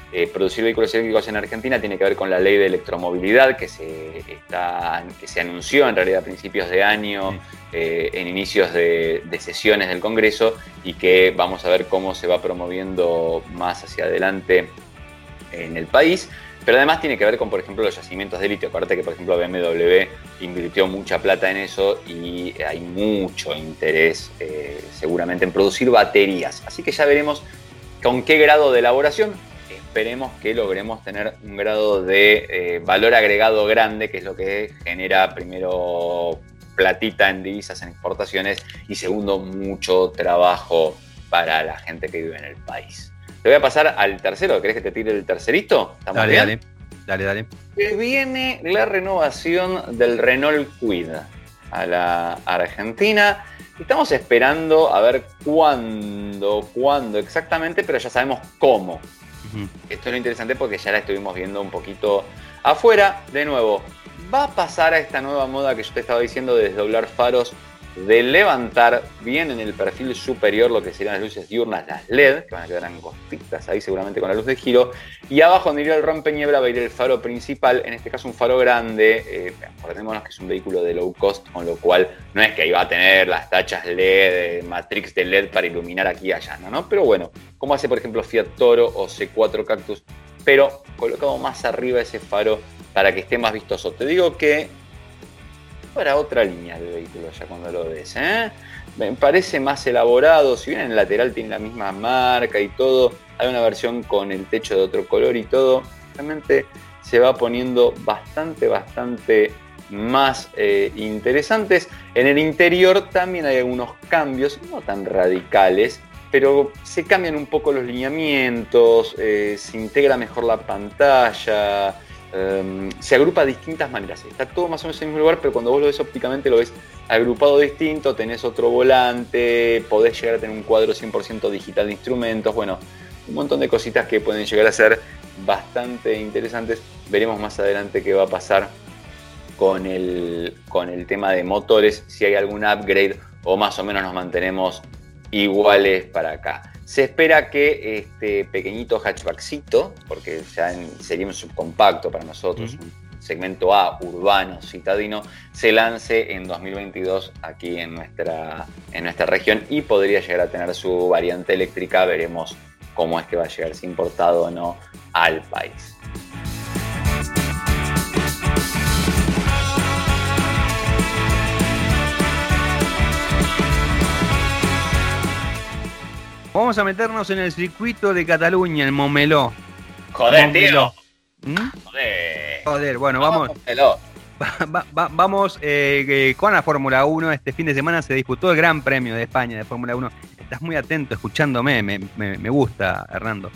S2: eh, producir vehículos eléctricos en Argentina tiene que ver con la ley de electromovilidad que se, está, que se anunció en realidad a principios de año, sí. eh, en inicios de, de sesiones del Congreso, y que vamos a ver cómo se va promoviendo más hacia adelante en el país. Pero además tiene que ver con, por ejemplo, los yacimientos de litio. Acuérdate que, por ejemplo, B M W invirtió mucha plata en eso y hay mucho interés eh, seguramente en producir baterías. Así que ya veremos con qué grado de elaboración. Esperemos que logremos tener un grado de eh, valor agregado grande, que es lo que genera, primero, platita en divisas, en exportaciones, y segundo, mucho trabajo para la gente que vive en el país. Te voy a pasar al tercero. ¿Querés que te tire el tercerito? ¿Estamos
S1: dale,
S2: bien?
S1: Dale, dale, dale.
S2: Viene la renovación del Renault Kwid a la Argentina. Estamos esperando a ver cuándo, cuándo exactamente, pero ya sabemos cómo. Uh-huh. Esto es lo interesante porque ya la estuvimos viendo un poquito afuera. De nuevo, va a pasar a esta nueva moda que yo te estaba diciendo de desdoblar faros, de levantar bien en el perfil superior lo que serían las luces diurnas, las L E D, que van a quedar angostitas ahí seguramente con la luz de giro, y abajo donde iría el rompeniebla va a ir el faro principal, en este caso un faro grande. Eh, acordémonos que es un vehículo de low cost, con lo cual no es que ahí va a tener las tachas L E D, matrix de L E D para iluminar aquí y allá, ¿no? ¿no? Pero bueno, como hace por ejemplo Fiat Toro o C cuatro Cactus, pero colocado más arriba ese faro para que esté más vistoso. Te digo que para otra línea del vehículo ya cuando lo ves, ¿eh? Me parece más elaborado, si bien en el lateral tiene la misma marca y todo, hay una versión con el techo de otro color y todo, realmente se va poniendo bastante, bastante más eh, interesantes. En el interior también hay algunos cambios, no tan radicales, pero se cambian un poco los lineamientos, eh, se integra mejor la pantalla. Um, se agrupa de distintas maneras. Está todo más o menos en el mismo lugar, pero cuando vos lo ves ópticamente lo ves agrupado distinto. Tenés otro volante, podés llegar a tener un cuadro cien por ciento digital de instrumentos. Bueno, un montón de cositas que pueden llegar a ser bastante interesantes. Veremos más adelante qué va a pasar con el, con el tema de motores, si hay algún upgrade o más o menos nos mantenemos iguales para acá. Se espera que este pequeñito hatchbackcito, porque ya en, sería un subcompacto para nosotros, uh-huh. un segmento A, urbano, citadino, se lance en dos mil veintidós aquí en nuestra, en nuestra región y podría llegar a tener su variante eléctrica. Veremos cómo es que va a llegar, si importado o no, al país.
S1: Vamos a meternos en el circuito de Cataluña, el Montmeló.
S2: Joder,
S1: Montmeló.
S2: tío. ¿Mm? Joder.
S1: Joder, bueno, vamos. Va, va, va, vamos eh, eh, con la Fórmula uno. Este fin de semana se disputó el Gran Premio de España de Fórmula uno. Estás muy atento escuchándome, me, me, me gusta, Hernando.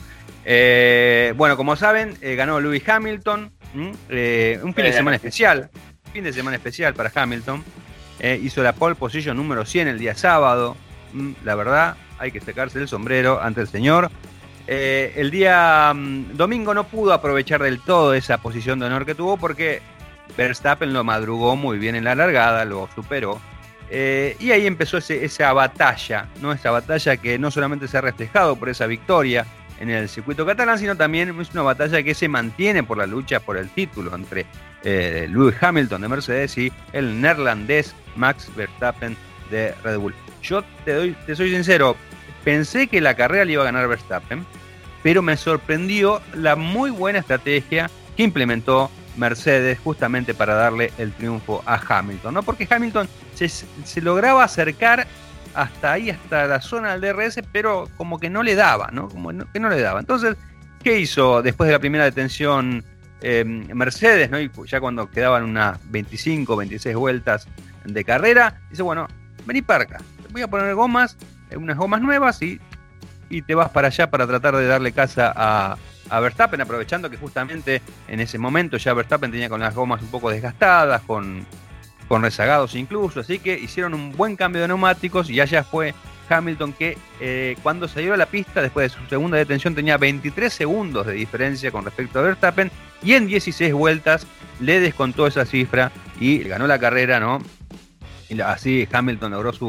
S1: Eh, bueno, como saben, eh, ganó Lewis Hamilton. Eh, un fin de semana especial. Fin de semana especial para Hamilton. Eh, hizo la pole position número cien el día sábado. Mm, la verdad, hay que sacarse el sombrero ante el señor. Eh, el día um, domingo no pudo aprovechar del todo esa posición de honor que tuvo porque Verstappen lo madrugó muy bien en la largada, lo superó. Eh, y ahí empezó ese, esa batalla, ¿no? Esa batalla que no solamente se ha reflejado por esa victoria en el circuito catalán, sino también es una batalla que se mantiene por la lucha por el título entre eh, Lewis Hamilton de Mercedes y el neerlandés Max Verstappen de Red Bull. Yo te doy, te soy sincero, pensé que la carrera la iba a ganar Verstappen, pero me sorprendió la muy buena estrategia que implementó Mercedes justamente para darle el triunfo a Hamilton, ¿no? Porque Hamilton se, se lograba acercar hasta ahí, hasta la zona del D R S, pero como que no le daba, ¿no? Como no, que no le daba. Entonces, ¿qué hizo después de la primera detención eh, Mercedes, ¿no? Y ya cuando quedaban unas veinticinco, veintiséis vueltas de carrera, dice, bueno, vení para acá, voy a poner gomas, unas gomas nuevas y, y te vas para allá para tratar de darle caza a, a Verstappen, aprovechando que justamente en ese momento ya Verstappen tenía con las gomas un poco desgastadas, con, con rezagados incluso, así que hicieron un buen cambio de neumáticos y allá fue Hamilton que eh, cuando salió a la pista después de su segunda detención tenía veintitrés segundos de diferencia con respecto a Verstappen y en dieciséis vueltas le descontó esa cifra y ganó la carrera, ¿no? Y así Hamilton logró su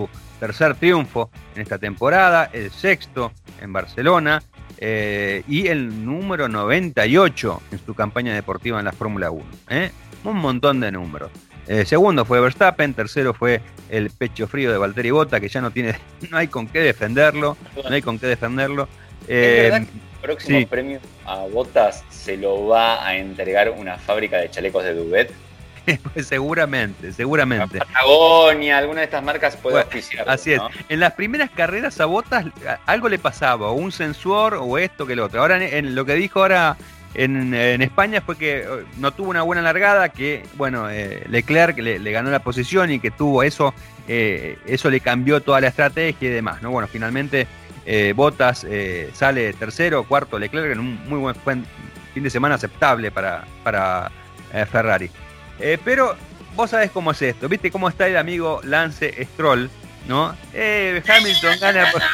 S1: tercer triunfo en esta temporada, el sexto en Barcelona eh, y el número noventa y ocho en su campaña deportiva en la Fórmula uno. ¿eh? Un montón de números. El segundo fue Verstappen, tercero fue el pecho frío de Valtteri Bottas, que ya no tiene, no hay con qué defenderlo, no hay con qué defenderlo.
S2: Eh, ¿Es verdad que el próximo sí. premio a Bottas se lo va a entregar una fábrica de chalecos de Duvet?
S1: Pues seguramente, seguramente.
S2: La Patagonia, alguna de estas marcas puede bueno, auspiciar.
S1: Así ¿no? es. En las primeras carreras a Bottas algo le pasaba, o un sensor, o esto que lo otro. Ahora en, en lo que dijo ahora en, en España fue que no tuvo una buena largada, que bueno, eh, Leclerc le, le ganó la posición y que tuvo eso, eh, eso le cambió toda la estrategia y demás, ¿no? Bueno, finalmente eh, Bottas eh, sale tercero, cuarto Leclerc en un muy buen fin de semana aceptable para, para eh, Ferrari. Eh, pero vos sabés cómo es esto, ¿viste cómo está el amigo Lance Stroll? ¿No? Eh, Hamilton gana por...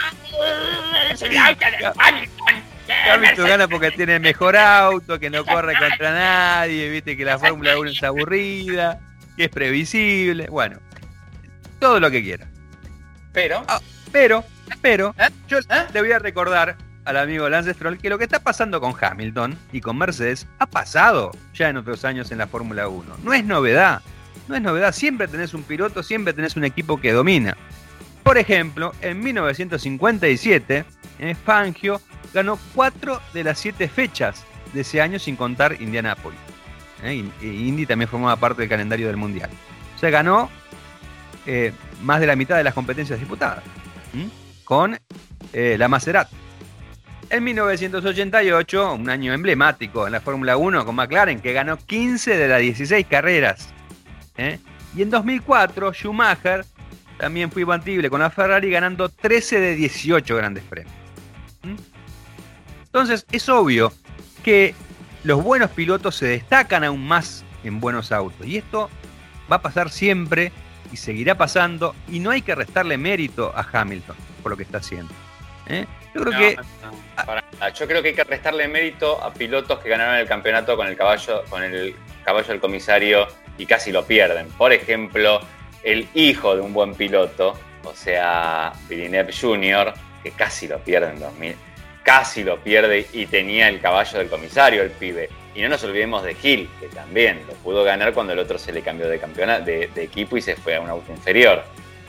S1: Hamilton gana porque tiene el mejor auto, que no corre contra nadie, viste que la Fórmula uno es aburrida, que es previsible, bueno, todo lo que quiera.
S2: Pero,
S1: ah, pero, pero, ¿Eh? yo ¿Eh? le voy a recordar al amigo Lance Stroll que lo que está pasando con Hamilton y con Mercedes ha pasado ya en otros años en la Fórmula uno. No es novedad, no es novedad. Siempre tenés un piloto, siempre tenés un equipo que domina. Por ejemplo, en mil novecientos cincuenta y siete, eh, Fangio ganó cuatro de las siete fechas de ese año sin contar Indianápolis. Eh, y, y Indy también formaba parte del calendario del Mundial. O sea, ganó eh, más de la mitad de las competencias disputadas ¿m? con eh, la Maserati. En mil novecientos ochenta y ocho, un año emblemático en la Fórmula uno con McLaren, que ganó quince de las dieciséis carreras. ¿eh? Y en dos mil cuatro, Schumacher también fue imbatible con la Ferrari, ganando trece de dieciocho grandes premios. ¿Mm? Entonces, es obvio que los buenos pilotos se destacan aún más en buenos autos. Y esto va a pasar siempre y seguirá pasando. Y no hay que restarle mérito a Hamilton por lo que está haciendo. ¿eh? Yo creo
S2: no,
S1: que...
S2: no, para nada. Yo creo que hay que restarle mérito a pilotos que ganaron el campeonato con el caballo, con el caballo del comisario y casi lo pierden. Por ejemplo, el hijo de un buen piloto, o sea, Villeneuve junior, que casi lo pierde en dos mil. Casi lo pierde y tenía el caballo del comisario, el pibe. Y no nos olvidemos de Hill, que también lo pudo ganar cuando el otro se le cambió de campeonato, de, de equipo y se fue a un auto inferior.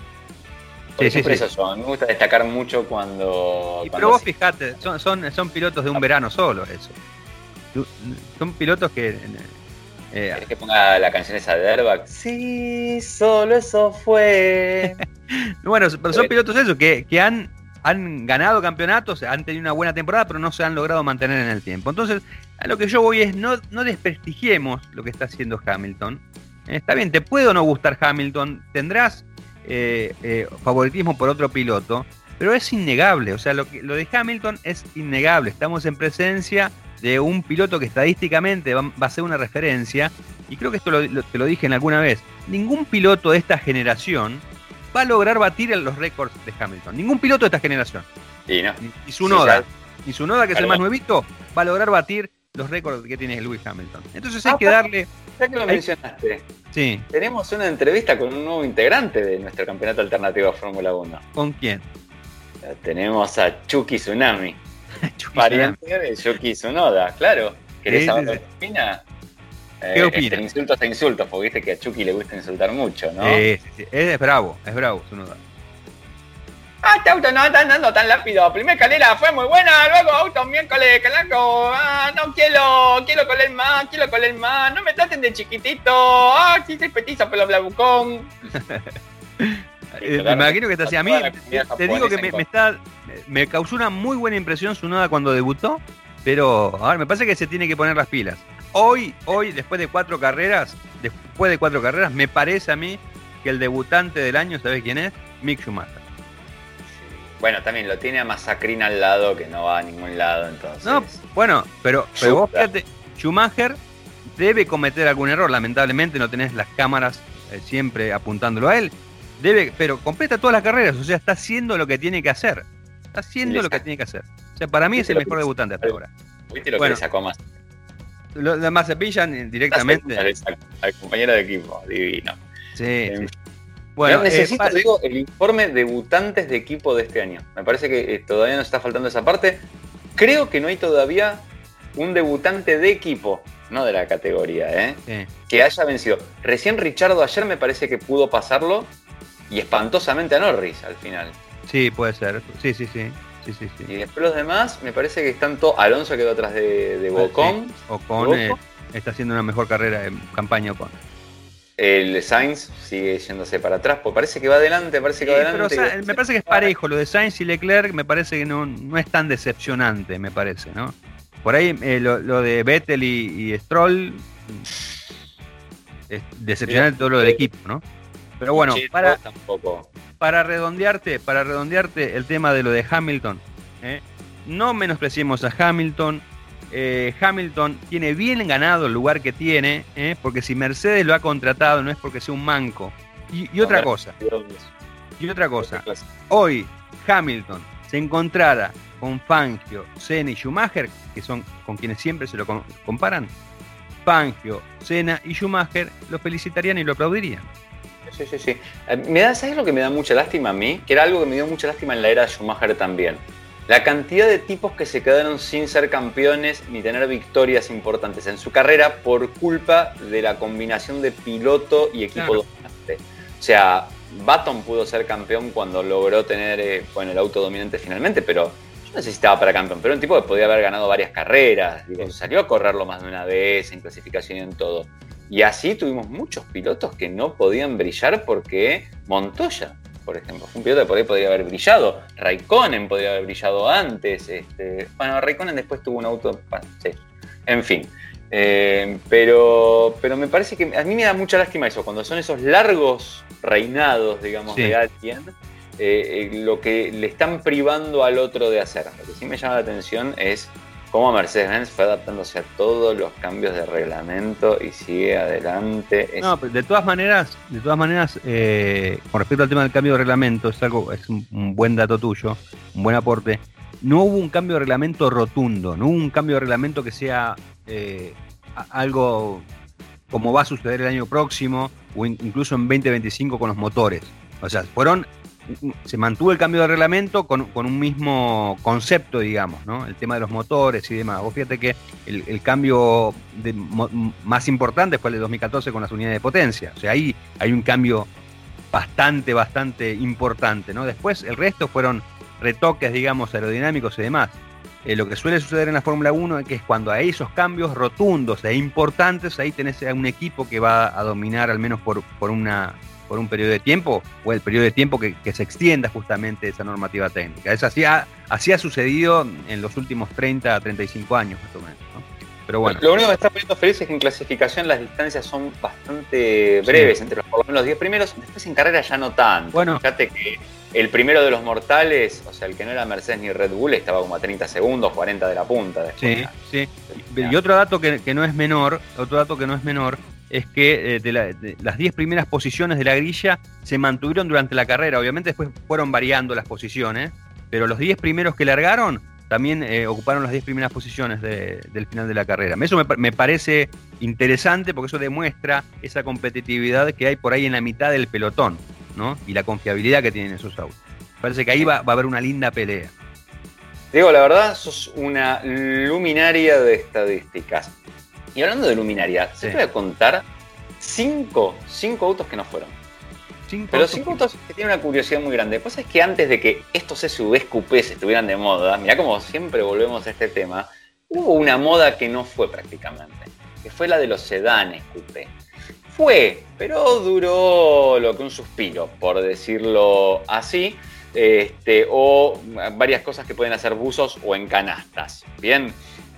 S2: Sí, sí, sí. Eso son. Me gusta destacar mucho cuando...
S1: Y
S2: cuando
S1: pero vos
S2: se...
S1: fijate, son, son, son pilotos de un verano solo, eso. Son pilotos que...
S2: Eh, ¿Querés que ponga la canción esa de Airbag? Sí, solo eso fue.
S1: Bueno, pero son pilotos eso, que, que han, han ganado campeonatos, han tenido una buena temporada, pero no se han logrado mantener en el tiempo. Entonces, a lo que yo voy es, no, no desprestigiemos lo que está haciendo Hamilton. Eh, está bien, te puede o no gustar Hamilton, tendrás eh, eh, favoritismo por otro piloto, pero es innegable, o sea, lo, que, lo de Hamilton es innegable. Estamos en presencia de un piloto que estadísticamente va, va a ser una referencia, y creo que esto lo, lo, te lo dije en alguna vez, ningún piloto de esta generación va a lograr batir los récords de Hamilton, ningún piloto de esta generación.
S2: Sí, ¿no?
S1: Ni, ni Tsunoda, ni Tsunoda, que es el más nuevito, va a lograr batir los récords que tiene Lewis Hamilton. Entonces hay ah, que darle...
S2: Ya que lo hay... mencionaste,
S1: sí.
S2: Tenemos una entrevista con un nuevo integrante de nuestro campeonato alternativo a Fórmula uno.
S1: ¿Con quién?
S2: Tenemos a Chucky Tsunami. Pariente de Yuki Tsunoda, claro. ¿Querés sí, saber sí, sí. qué opina?
S1: ¿Qué eh, opina?
S2: Entre insultos e insultos, porque viste que a Chucky le gusta insultar mucho, ¿no?
S1: Sí, sí, sí. Es bravo, es bravo Tsunoda.
S2: Ah, este auto no está andando tan rápido. Primera carrera fue muy buena, luego auto miércoles, calaco. Ah, no quiero, quiero coler más, quiero coler más. No me traten de chiquitito. Ah, sí, soy petizo, pero blabucón.
S1: Eh, me imagino que está así. A mí, te, te digo que me, me está me causó una muy buena impresión Tsunoda cuando debutó, pero ahora me parece que se tiene que poner las pilas. Hoy, hoy, después de cuatro carreras, después de cuatro carreras, me parece a mí que el debutante del año, ¿sabés quién es? Mick Schumacher.
S2: Bueno, también lo tiene a Massacrina al lado, que no va a ningún lado, entonces.
S1: No, bueno, pero, pero vos fíjate, Schumacher debe cometer algún error, lamentablemente no tenés las cámaras eh, siempre apuntándolo a él. Debe, pero completa todas las carreras, o sea, está haciendo lo que tiene que hacer. Está haciendo lo que tiene que hacer. O sea, para mí es el mejor debutante hasta ahora.
S2: ¿Viste lo bueno, que le sacó más?
S1: Lo demás se pillan directamente.
S2: Al, al compañero de equipo, divino.
S1: Sí, eh, sí.
S2: Bueno, necesito, eh, digo, el informe debutantes de equipo de este año. Me parece que eh, todavía nos está faltando esa parte. Creo que no hay todavía un debutante de equipo, no de la categoría, ¿eh? Sí. Que haya vencido. Recién Richardo ayer me parece que pudo pasarlo y espantosamente a Norris al final.
S1: Sí, puede ser. Sí, sí, sí. Sí, sí, sí.
S2: Y después los demás, me parece que están todos. Alonso quedó atrás de, de Ocon. Sí.
S1: Ocon eh, está haciendo una mejor carrera en campaña Ocon.
S2: El Sainz sigue yéndose para atrás, pues parece que va adelante, parece que sí, va adelante.
S1: Pero, y... me parece que es parejo, lo de Sainz y Leclerc me parece que no, no es tan decepcionante, me parece, ¿no? Por ahí eh, lo, lo de Vettel y, y Stroll es decepcionante todo lo del equipo, ¿no? Pero bueno, para,
S2: tampoco.
S1: para redondearte, para redondearte el tema de lo de Hamilton, ¿eh? No menospreciemos a Hamilton. Eh, Hamilton tiene bien ganado el lugar que tiene, ¿eh? Porque si Mercedes lo ha contratado no es porque sea un manco. Y, y otra cosa, y otra cosa, hoy Hamilton se encontrara con Fangio, Senna y Schumacher, que son con quienes siempre se lo comparan, Fangio, Senna y Schumacher lo felicitarían y lo aplaudirían.
S2: Sí, sí, sí. Me da, ¿sabes lo que me da mucha lástima a mí? Que era algo que me dio mucha lástima en la era de Schumacher también. La cantidad de tipos que se quedaron sin ser campeones ni tener victorias importantes en su carrera por culpa de la combinación de piloto y equipo claro. dominante. O sea, Button pudo ser campeón cuando logró tener eh, bueno, el auto dominante finalmente, pero yo necesitaba para campeón. Pero un tipo que podía haber ganado varias carreras, digo, salió a correrlo más de una vez en clasificación y en todo. Y así tuvimos muchos pilotos que no podían brillar porque Montoya, por ejemplo, fue un piloto que por ahí podría haber brillado. Raikkonen podría haber brillado antes. Este, bueno, Raikkonen después tuvo un auto... Bueno, sí. En fin. Eh, pero, pero me parece que a mí me da mucha lástima eso. Cuando son esos largos reinados, digamos, sí. de alguien, eh, eh, lo que le están privando al otro de hacer. Lo que sí me llama la atención es cómo Mercedes-Benz fue adaptándose a todos los cambios de reglamento y sigue adelante. Es...
S1: No, pero de todas maneras, de todas maneras, eh, con respecto al tema del cambio de reglamento, es algo, es un, un buen dato tuyo, un buen aporte. No hubo un cambio de reglamento rotundo, no hubo un cambio de reglamento que sea eh, algo como va a suceder el año próximo o in, incluso en veinte veinticinco con los motores. O sea, fueron se mantuvo el cambio de reglamento con, con un mismo concepto, digamos, ¿no? El tema de los motores y demás. Vos fíjate que el, el cambio de, mo, más importante fue el de dos mil catorce con las unidades de potencia. O sea, ahí hay un cambio bastante, bastante importante, ¿no? Después el resto fueron retoques, digamos, aerodinámicos y demás. Eh, lo que suele suceder en la Fórmula uno es que es cuando hay esos cambios rotundos e importantes, ahí tenés a un equipo que va a dominar al menos por, por una... por un periodo de tiempo, o el periodo de tiempo que, que se extienda justamente esa normativa técnica. Es así, ha, así ha sucedido en los últimos treinta a treinta y cinco años, más o menos, ¿no? Pero bueno.
S2: Lo único que me está poniendo feliz es que en clasificación las distancias son bastante breves, sí. entre los, por lo menos los diez primeros, después en carrera ya no tanto. Bueno. Fíjate que el primero de los mortales, o sea, el que no era Mercedes ni Red Bull, estaba como a treinta segundos, cuarenta de la punta. Después,
S1: sí, sí. Y otro dato que, que no es menor, otro dato que no es menor, es que eh, de, la, de las diez primeras posiciones de la grilla se mantuvieron durante la carrera. Obviamente después fueron variando las posiciones, pero los diez primeros que largaron también eh, ocuparon las diez primeras posiciones de, del final de la carrera. Eso me, me parece interesante porque eso demuestra esa competitividad que hay por ahí en la mitad del pelotón, ¿no? Y la confiabilidad que tienen esos autos. Parece que ahí va, va a haber una linda pelea.
S2: Diego, la verdad, sos una luminaria de estadísticas. Y hablando de luminaria, sí. te voy a contar cinco, cinco autos que no fueron. Cinco Pero cinco autos que tienen una curiosidad muy grande. Lo que pasa es que antes de que estos S U Vs coupés estuvieran de moda, mirá como siempre volvemos a este tema, hubo una moda que no fue prácticamente, que fue la de los sedanes coupé. Fue, pero duró lo que un suspiro, por decirlo así, este, o varias cosas que pueden hacer buzos o en canastas. Bien.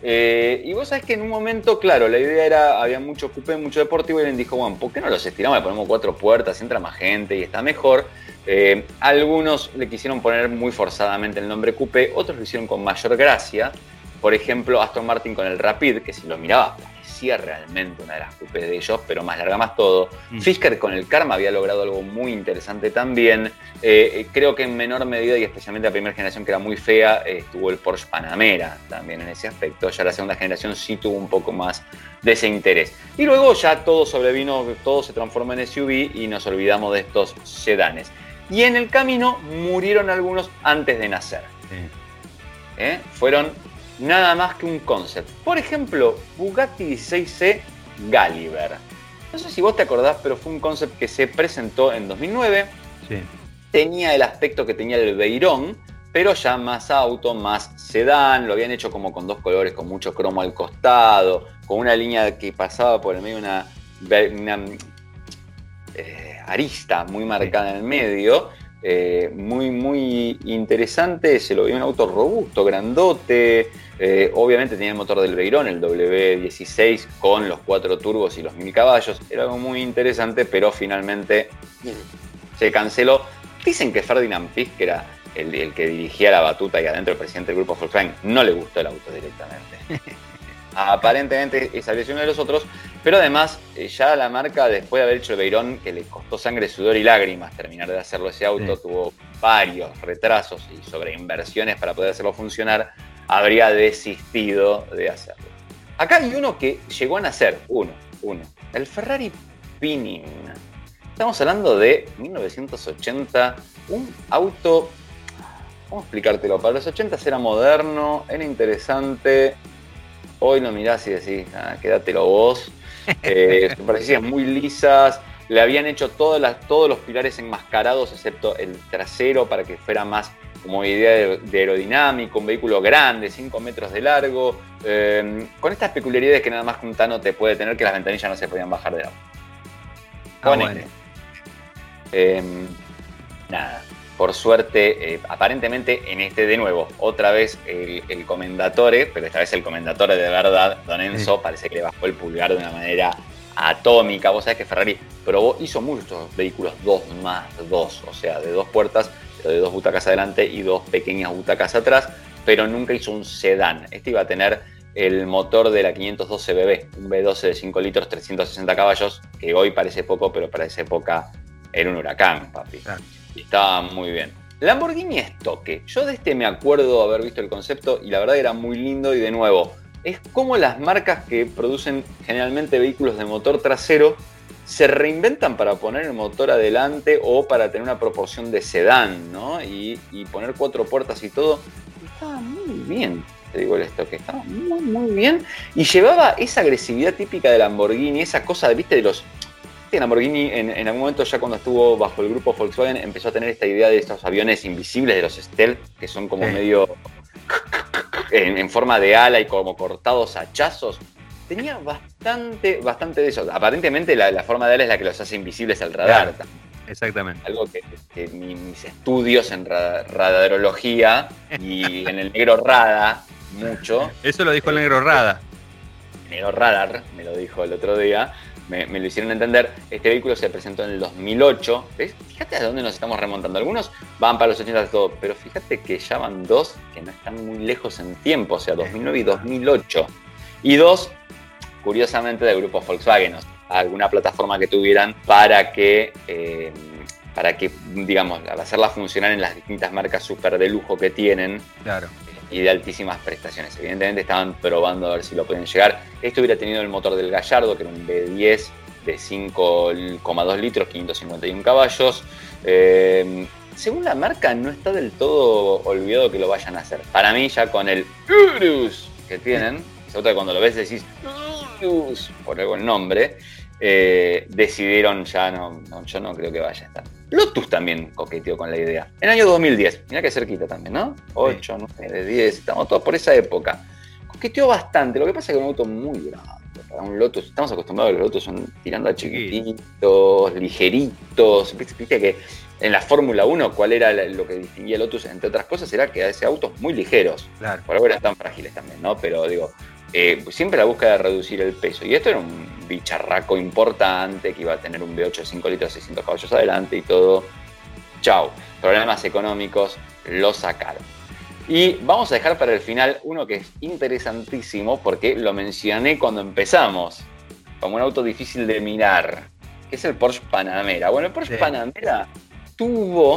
S2: Eh, y vos sabés que en un momento, claro, la idea era, había mucho coupé, mucho deportivo, y alguien dijo, bueno, ¿por qué no los estiramos? Le ponemos cuatro puertas, entra más gente y está mejor. Eh, algunos le quisieron poner muy forzadamente el nombre coupé, otros lo hicieron con mayor gracia. Por ejemplo, Aston Martin con el Rapid, que si lo miraba parecía realmente una de las coupés de ellos, pero más larga, más todo. Mm. Fisker con el Karma había logrado algo muy interesante también. Eh, creo que en menor medida, y especialmente la primera generación que era muy fea, eh, estuvo el Porsche Panamera también en ese aspecto. Ya la segunda generación sí tuvo un poco más, de ese interés. Y luego ya todo sobrevino, todo se transformó en S U V y nos olvidamos de estos sedanes. Y en el camino murieron algunos antes de nacer. Sí. ¿Eh? Fueron nada más que un concept. Por ejemplo, Bugatti dieciséis C Gulliver. No sé si vos te acordás, pero fue un concept que se presentó en dos mil nueve.
S1: Sí.
S2: Tenía el aspecto que tenía el Veyron, pero ya más auto, más sedán. Lo habían hecho como con dos colores, con mucho cromo al costado, con una línea que pasaba por el medio, una, una eh, arista muy marcada en el medio. Eh, muy, muy interesante. Se lo veía un auto robusto, grandote. Eh, obviamente tenía el motor del Veyron, el W dieciséis, con los cuatro turbos y los mil caballos. Era algo muy interesante, pero finalmente se canceló. Dicen que Ferdinand Piëch, que era el, el que dirigía la batuta y adentro el presidente del grupo Volkswagen, no le gustó el auto directamente. Aparentemente esa es uno de los otros, pero además ya la marca, después de haber hecho el Veyron, que le costó sangre, sudor y lágrimas terminar de hacerlo ese auto, sí. Tuvo varios retrasos y sobreinversiones para poder hacerlo funcionar, habría desistido de hacerlo. Acá hay uno que llegó a nacer, uno, uno, el Ferrari Pinning. Estamos hablando de mil novecientos ochenta, un auto, ¿cómo explicártelo? Para los ochenta era moderno, era interesante. Hoy lo mirás y decís, ah, quédatelo vos. Eh, sus superficies muy lisas. Le habían hecho todas las, todos los pilares enmascarados, excepto el trasero, para que fuera más como idea de, de aerodinámico. Un vehículo grande, cinco metros de largo. Eh, con estas peculiaridades que nada más que un Tano te puede tener, que las ventanillas no se podían bajar de auto.
S1: Ah, bueno.
S2: eh, nada. Por suerte, eh, aparentemente en este de nuevo, otra vez el, el Commendatore, pero esta vez el Commendatore de verdad, Don Enzo, sí. Parece que le bajó el pulgar de una manera atómica. Vos sabés que Ferrari probó, hizo muchos vehículos dos más dos, o sea, de dos puertas, pero de dos butacas adelante y dos pequeñas butacas atrás, pero nunca hizo un sedán. Este iba a tener el motor de la quinientos doce B B, un V doce de cinco litros, trescientos sesenta caballos, que hoy parece poco, pero para esa época era un huracán, papi. Claro. Y estaba muy bien. Lamborghini Estoque. Yo de este me acuerdo haber visto el concepto y la verdad era muy lindo. Y de nuevo, es como las marcas que producen generalmente vehículos de motor trasero se reinventan para poner el motor adelante o para tener una proporción de sedán, ¿no? Y, y poner cuatro puertas y todo. Y estaba muy bien, te digo el Estoque. Estaba muy, muy bien. Y llevaba esa agresividad típica de Lamborghini, esa cosa, ¿viste? De los... Lamborghini en, en algún momento, ya cuando estuvo bajo el grupo Volkswagen, empezó a tener esta idea de estos aviones invisibles, de los Stealth, que son como sí. medio en, en forma de ala y como cortados a hachazos. Tenía bastante, bastante de eso. Aparentemente la, la forma de ala es la que los hace invisibles al radar.
S1: Claro, exactamente.
S2: Algo que, que mis estudios en ra, radarología y en el negro rada mucho.
S1: Eso lo dijo el negro rada.
S2: El negro radar me lo dijo el otro día. Me, me lo hicieron entender. Este vehículo se presentó en el dos mil ocho. ¿Ves? Fíjate a dónde nos estamos remontando. Algunos van para los ochenta de todo, pero fíjate que ya van dos que no están muy lejos en tiempo, o sea, dos mil nueve y dos mil ocho. Y dos, curiosamente, del grupo Volkswagen, o sea, alguna plataforma que tuvieran para que, eh, para que, digamos, hacerla funcionar en las distintas marcas súper de lujo que tienen.
S1: Claro.
S2: Y de altísimas prestaciones. Evidentemente estaban probando a ver si lo podían llegar. Esto hubiera tenido el motor del Gallardo, que era un V diez de cinco coma dos litros, quinientos cincuenta y uno caballos. Eh, según la marca, no está del todo olvidado que lo vayan a hacer. Para mí, ya con el Urus que tienen, es otra que cuando lo ves decís Urus, por algo el nombre, eh, decidieron ya, no, no, yo no creo que vaya a estar. Lotus también coqueteó con la idea. En el año dos mil diez, mirá que cerquita también, ¿no? ocho, nueve, diez, estamos todos por esa época. Coqueteó bastante, lo que pasa es que es un auto muy grande. Para un Lotus, estamos acostumbrados a que los Lotus son tirando a chiquititos, ligeritos. Viste que en la Fórmula uno, ¿cuál era lo que distinguía Lotus, entre otras cosas? Era que hacía autos muy ligeros.
S1: Claro.
S2: Por algo eran tan frágiles también, ¿no? Pero digo, eh, siempre la búsqueda de reducir el peso. Y esto era un bicharraco importante que iba a tener un V ocho de cinco litros, seiscientos caballos adelante y todo. Chau. Problemas económicos, lo sacaron. Y vamos a dejar para el final uno que es interesantísimo porque lo mencioné cuando empezamos, como un auto difícil de mirar, que es el Porsche Panamera. Bueno, el Porsche sí. Panamera tuvo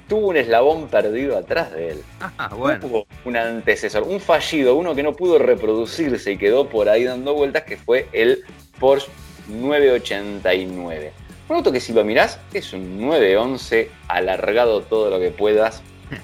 S2: tuvo un eslabón perdido atrás de él.
S1: Ah, bueno.
S2: Tuvo un antecesor, un fallido, uno que no pudo reproducirse y quedó por ahí dando vueltas, que fue el Porsche nueve ochenta y nueve. Un auto que si lo mirás es un nueve once alargado todo lo que puedas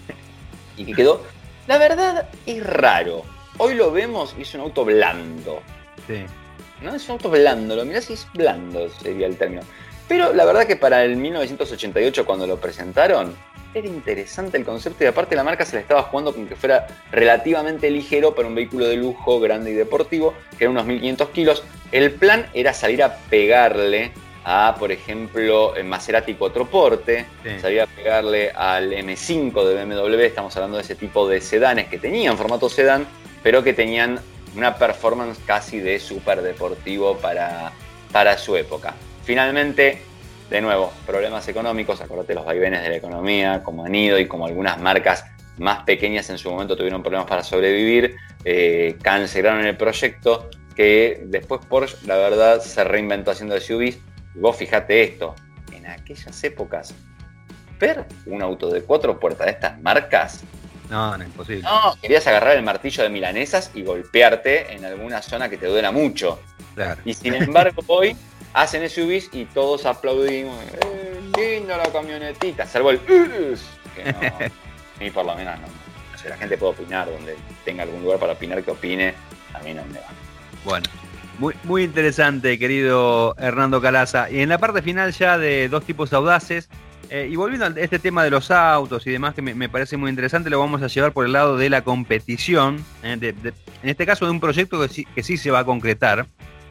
S2: y que quedó, la verdad, es raro. Hoy lo vemos y es un auto blando.
S1: Sí.
S2: ¿No? Es un auto blando, lo mirás y es blando, sería el término. Pero la verdad que para el mil novecientos ochenta y ocho, cuando lo presentaron, era interesante el concepto y aparte la marca se la estaba jugando con que fuera relativamente ligero para un vehículo de lujo, grande y deportivo, que era unos mil quinientos kilos. El plan era salir a pegarle a, por ejemplo, el Maserati Quattroporte, sí. Salir a pegarle al eme cinco de B M W, estamos hablando de ese tipo de sedanes que tenían formato sedán, pero que tenían una performance casi de súper deportivo para, para su época. Finalmente, de nuevo, problemas económicos, acuérdate los vaivenes de la economía, como han ido y como algunas marcas más pequeñas en su momento tuvieron problemas para sobrevivir, eh, cancelaron el proyecto, que después Porsche, la verdad, se reinventó haciendo S U Vs. Y vos fijate esto, en aquellas épocas, ver un auto de cuatro puertas de estas marcas...
S1: No, no, imposible.
S2: No, querías agarrar el martillo de milanesas y golpearte en alguna zona que te duela mucho.
S1: Claro.
S2: Y sin embargo, hoy hacen S U Vs y todos aplaudimos. ¡Eh, linda la camionetita! Salvo el... Que no, ni por lo menos no. O sea, la gente puede opinar donde tenga algún lugar para opinar, que opine. A mí no me va.
S1: Bueno, muy, muy interesante, querido Hernando Calaza. Y en la parte final ya de Dos tipos audaces, eh, y volviendo a este tema de los autos y demás, que me, me parece muy interesante, lo vamos a llevar por el lado de la competición, eh, de, de, en este caso de un proyecto que sí, que sí se va a concretar.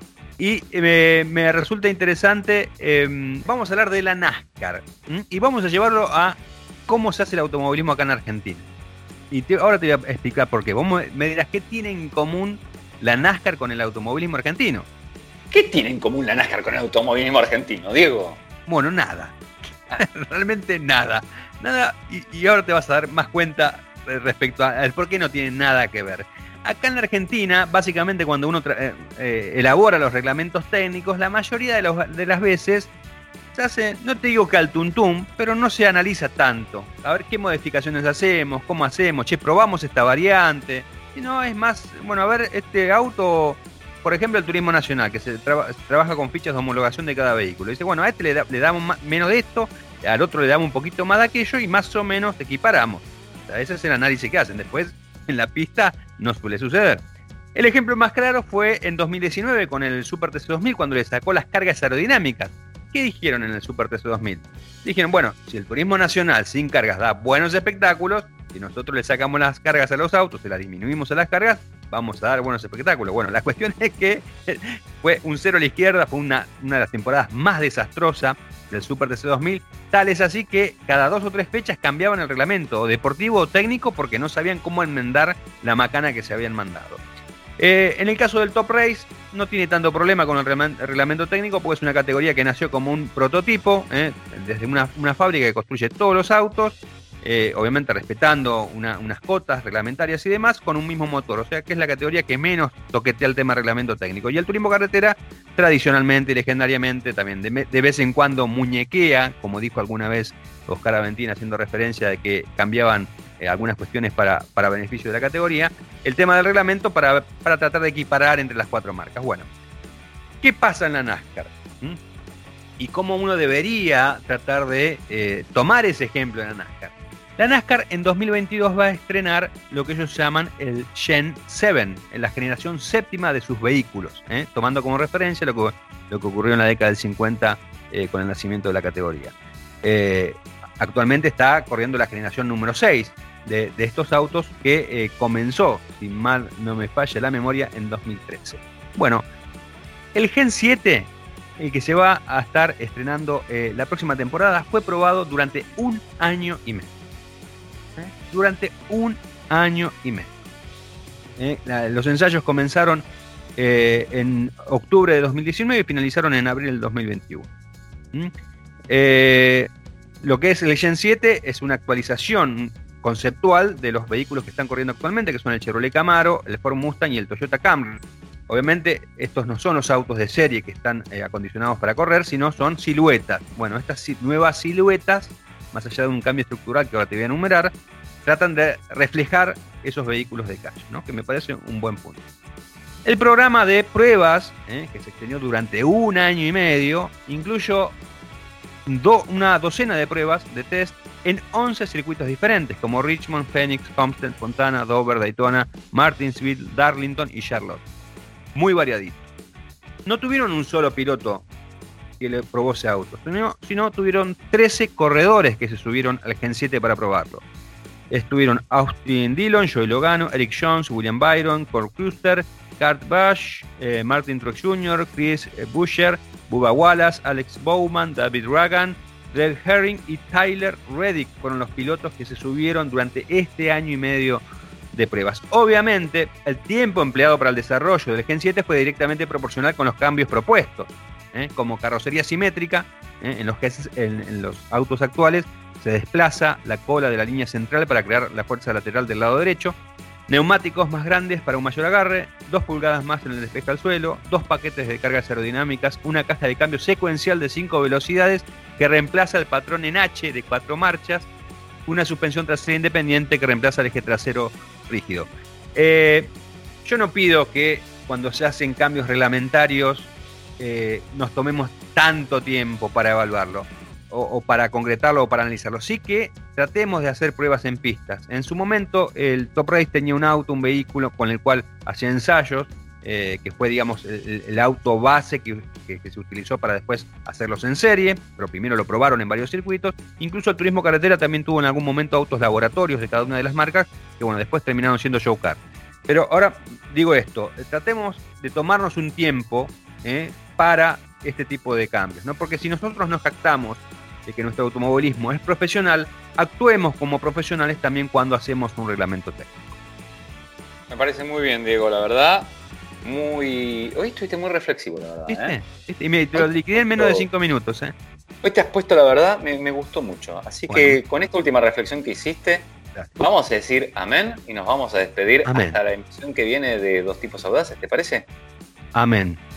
S1: Y eh, me resulta interesante, eh, vamos a hablar de la NASCAR, ¿m? Y vamos a llevarlo a cómo se hace el automovilismo acá en Argentina. Y te, ahora te voy a explicar por qué. Vos me dirás, ¿qué tiene en común la NASCAR con el automovilismo argentino?
S2: ¿Qué tiene en común la NASCAR con el automovilismo argentino, Diego?
S1: Bueno, nada. Realmente nada. Nada, y, y ahora te vas a dar más cuenta respecto a, a por qué no tiene nada que ver. Acá en la Argentina, básicamente cuando uno tra- eh, elabora los reglamentos técnicos, la mayoría de, los, de las veces se hace, no te digo que al tuntum, pero no se analiza tanto. A ver qué modificaciones hacemos, cómo hacemos, che, probamos esta variante. Y no, es más, bueno, a ver, este auto, por ejemplo, el Turismo Nacional, que se, traba, se trabaja con fichas de homologación de cada vehículo. Dice, bueno, a este le, da, le damos más, menos de esto, al otro le damos un poquito más de aquello y más o menos equiparamos. O sea, ese es el análisis que hacen. Después, en la pista, no suele suceder. El ejemplo más claro fue en dos mil diecinueve con el Super T C dos mil, cuando le sacó las cargas aerodinámicas. ¿Qué dijeron en el Super T C dos mil? Dijeron, bueno, si el Turismo Nacional sin cargas da buenos espectáculos, si nosotros le sacamos las cargas a los autos, se las disminuimos a las cargas, vamos a dar buenos espectáculos. Bueno, la cuestión es que fue un cero a la izquierda, fue una, una de las temporadas más desastrosas del Super T C dos mil, tal es así que cada dos o tres fechas cambiaban el reglamento, o deportivo o técnico, porque no sabían cómo enmendar la macana que se habían mandado. Eh, en el caso del Top Race, no tiene tanto problema con el reglamento técnico, porque es una categoría que nació como un prototipo, eh, desde una, una fábrica que construye todos los autos, eh, obviamente respetando una, unas cotas reglamentarias y demás, con un mismo motor. O sea que es la categoría que menos toquetea el tema reglamento técnico. Y el turismo carretera, tradicionalmente y legendariamente, también de, de vez en cuando muñequea, como dijo alguna vez Oscar Aventín, haciendo referencia de que cambiaban eh, algunas cuestiones para, para beneficio de la categoría, el tema del reglamento para, para tratar de equiparar entre las cuatro marcas. Bueno, ¿qué pasa en la NASCAR? ¿Mm? Y cómo uno debería tratar de eh, tomar ese ejemplo de la NASCAR. La NASCAR en dos mil veintidós va a estrenar lo que ellos llaman el Gen siete, en la generación séptima de sus vehículos, ¿eh? Tomando como referencia lo que, lo que ocurrió en la década del cincuenta eh, con el nacimiento de la categoría. Eh, actualmente está corriendo la generación número seis de, de estos autos que eh, comenzó, si mal no me falla la memoria, en dos mil trece. Bueno, el Gen siete, el que se va a estar estrenando eh, la próxima temporada, fue probado durante un año y medio. ¿Eh? Durante un año y medio. ¿Eh? La, los ensayos comenzaron eh, en octubre de dos mil diecinueve y finalizaron en abril del dos mil veintiuno. ¿Mm? Eh, lo que es el Gen siete es una actualización conceptual de los vehículos que están corriendo actualmente, que son el Chevrolet Camaro, el Ford Mustang y el Toyota Camry. Obviamente estos no son los autos de serie que están eh, acondicionados para correr, sino son siluetas. Bueno, estas si- nuevas siluetas más allá de un cambio estructural que ahora te voy a enumerar, tratan de reflejar esos vehículos de calle, ¿no? Que me parece un buen punto. El programa de pruebas, ¿eh? que se extendió durante un año y medio, incluyó do, una docena de pruebas de test en once circuitos diferentes, como Richmond, Phoenix, Homestead, Fontana, Dover, Daytona, Martinsville, Darlington y Charlotte. Muy variadito. No tuvieron un solo piloto que le probó ese auto, sino, sino tuvieron trece corredores que se subieron al Gen siete para probarlo. Estuvieron Austin Dillon, Joey Logano, Eric Jones, William Byron, Cole Custer, Kurt Busch, eh, Martin Truex junior, Chris Buescher, Bubba Wallace, Alex Bowman, David Ragan, Greg Herring y Tyler Reddick fueron los pilotos que se subieron durante este año y medio de pruebas. Obviamente, el tiempo empleado para el desarrollo del Gen siete fue directamente proporcional con los cambios propuestos, ¿eh? como carrocería simétrica, ¿eh? en, los, en, en los autos actuales se desplaza la cola de la línea central para crear la fuerza lateral del lado derecho, neumáticos más grandes para un mayor agarre, dos pulgadas más en el despeje al suelo, dos paquetes de cargas aerodinámicas, una caja de cambio secuencial de cinco velocidades que reemplaza el patrón en H de cuatro marchas, una suspensión trasera independiente que reemplaza el eje trasero rígido. Eh, yo no pido que cuando se hacen cambios reglamentarios eh, nos tomemos tanto tiempo para evaluarlo. O, o para concretarlo o para analizarlo. Sí que tratemos de hacer pruebas en pistas. En su momento el Top Race tenía un auto, un vehículo con el cual hacía ensayos, eh, que fue digamos el, el auto base que, que, que se utilizó para después hacerlos en serie, pero primero lo probaron en varios circuitos. Incluso el turismo carretera también tuvo en algún momento autos laboratorios de cada una de las marcas, que bueno, después terminaron siendo show car. Pero ahora digo esto, tratemos de tomarnos un tiempo eh, para este tipo de cambios, ¿no? Porque si nosotros nos jactamos de que nuestro automovilismo es profesional, actuemos como profesionales también cuando hacemos un reglamento técnico.
S2: Me parece muy bien, Diego, la verdad. Muy. Hoy estuviste muy reflexivo, la verdad.
S1: ¿Viste?
S2: ¿eh?
S1: ¿Viste? Y me, te lo liquidé en menos de cinco minutos. ¿eh?
S2: Hoy te has puesto, la verdad, me, me gustó mucho. Así bueno. que con esta última reflexión que hiciste, gracias. Vamos a decir amén y nos vamos a despedir amén. Hasta la emisión que viene de Dos Tipos Audaces, ¿te parece?
S1: Amén.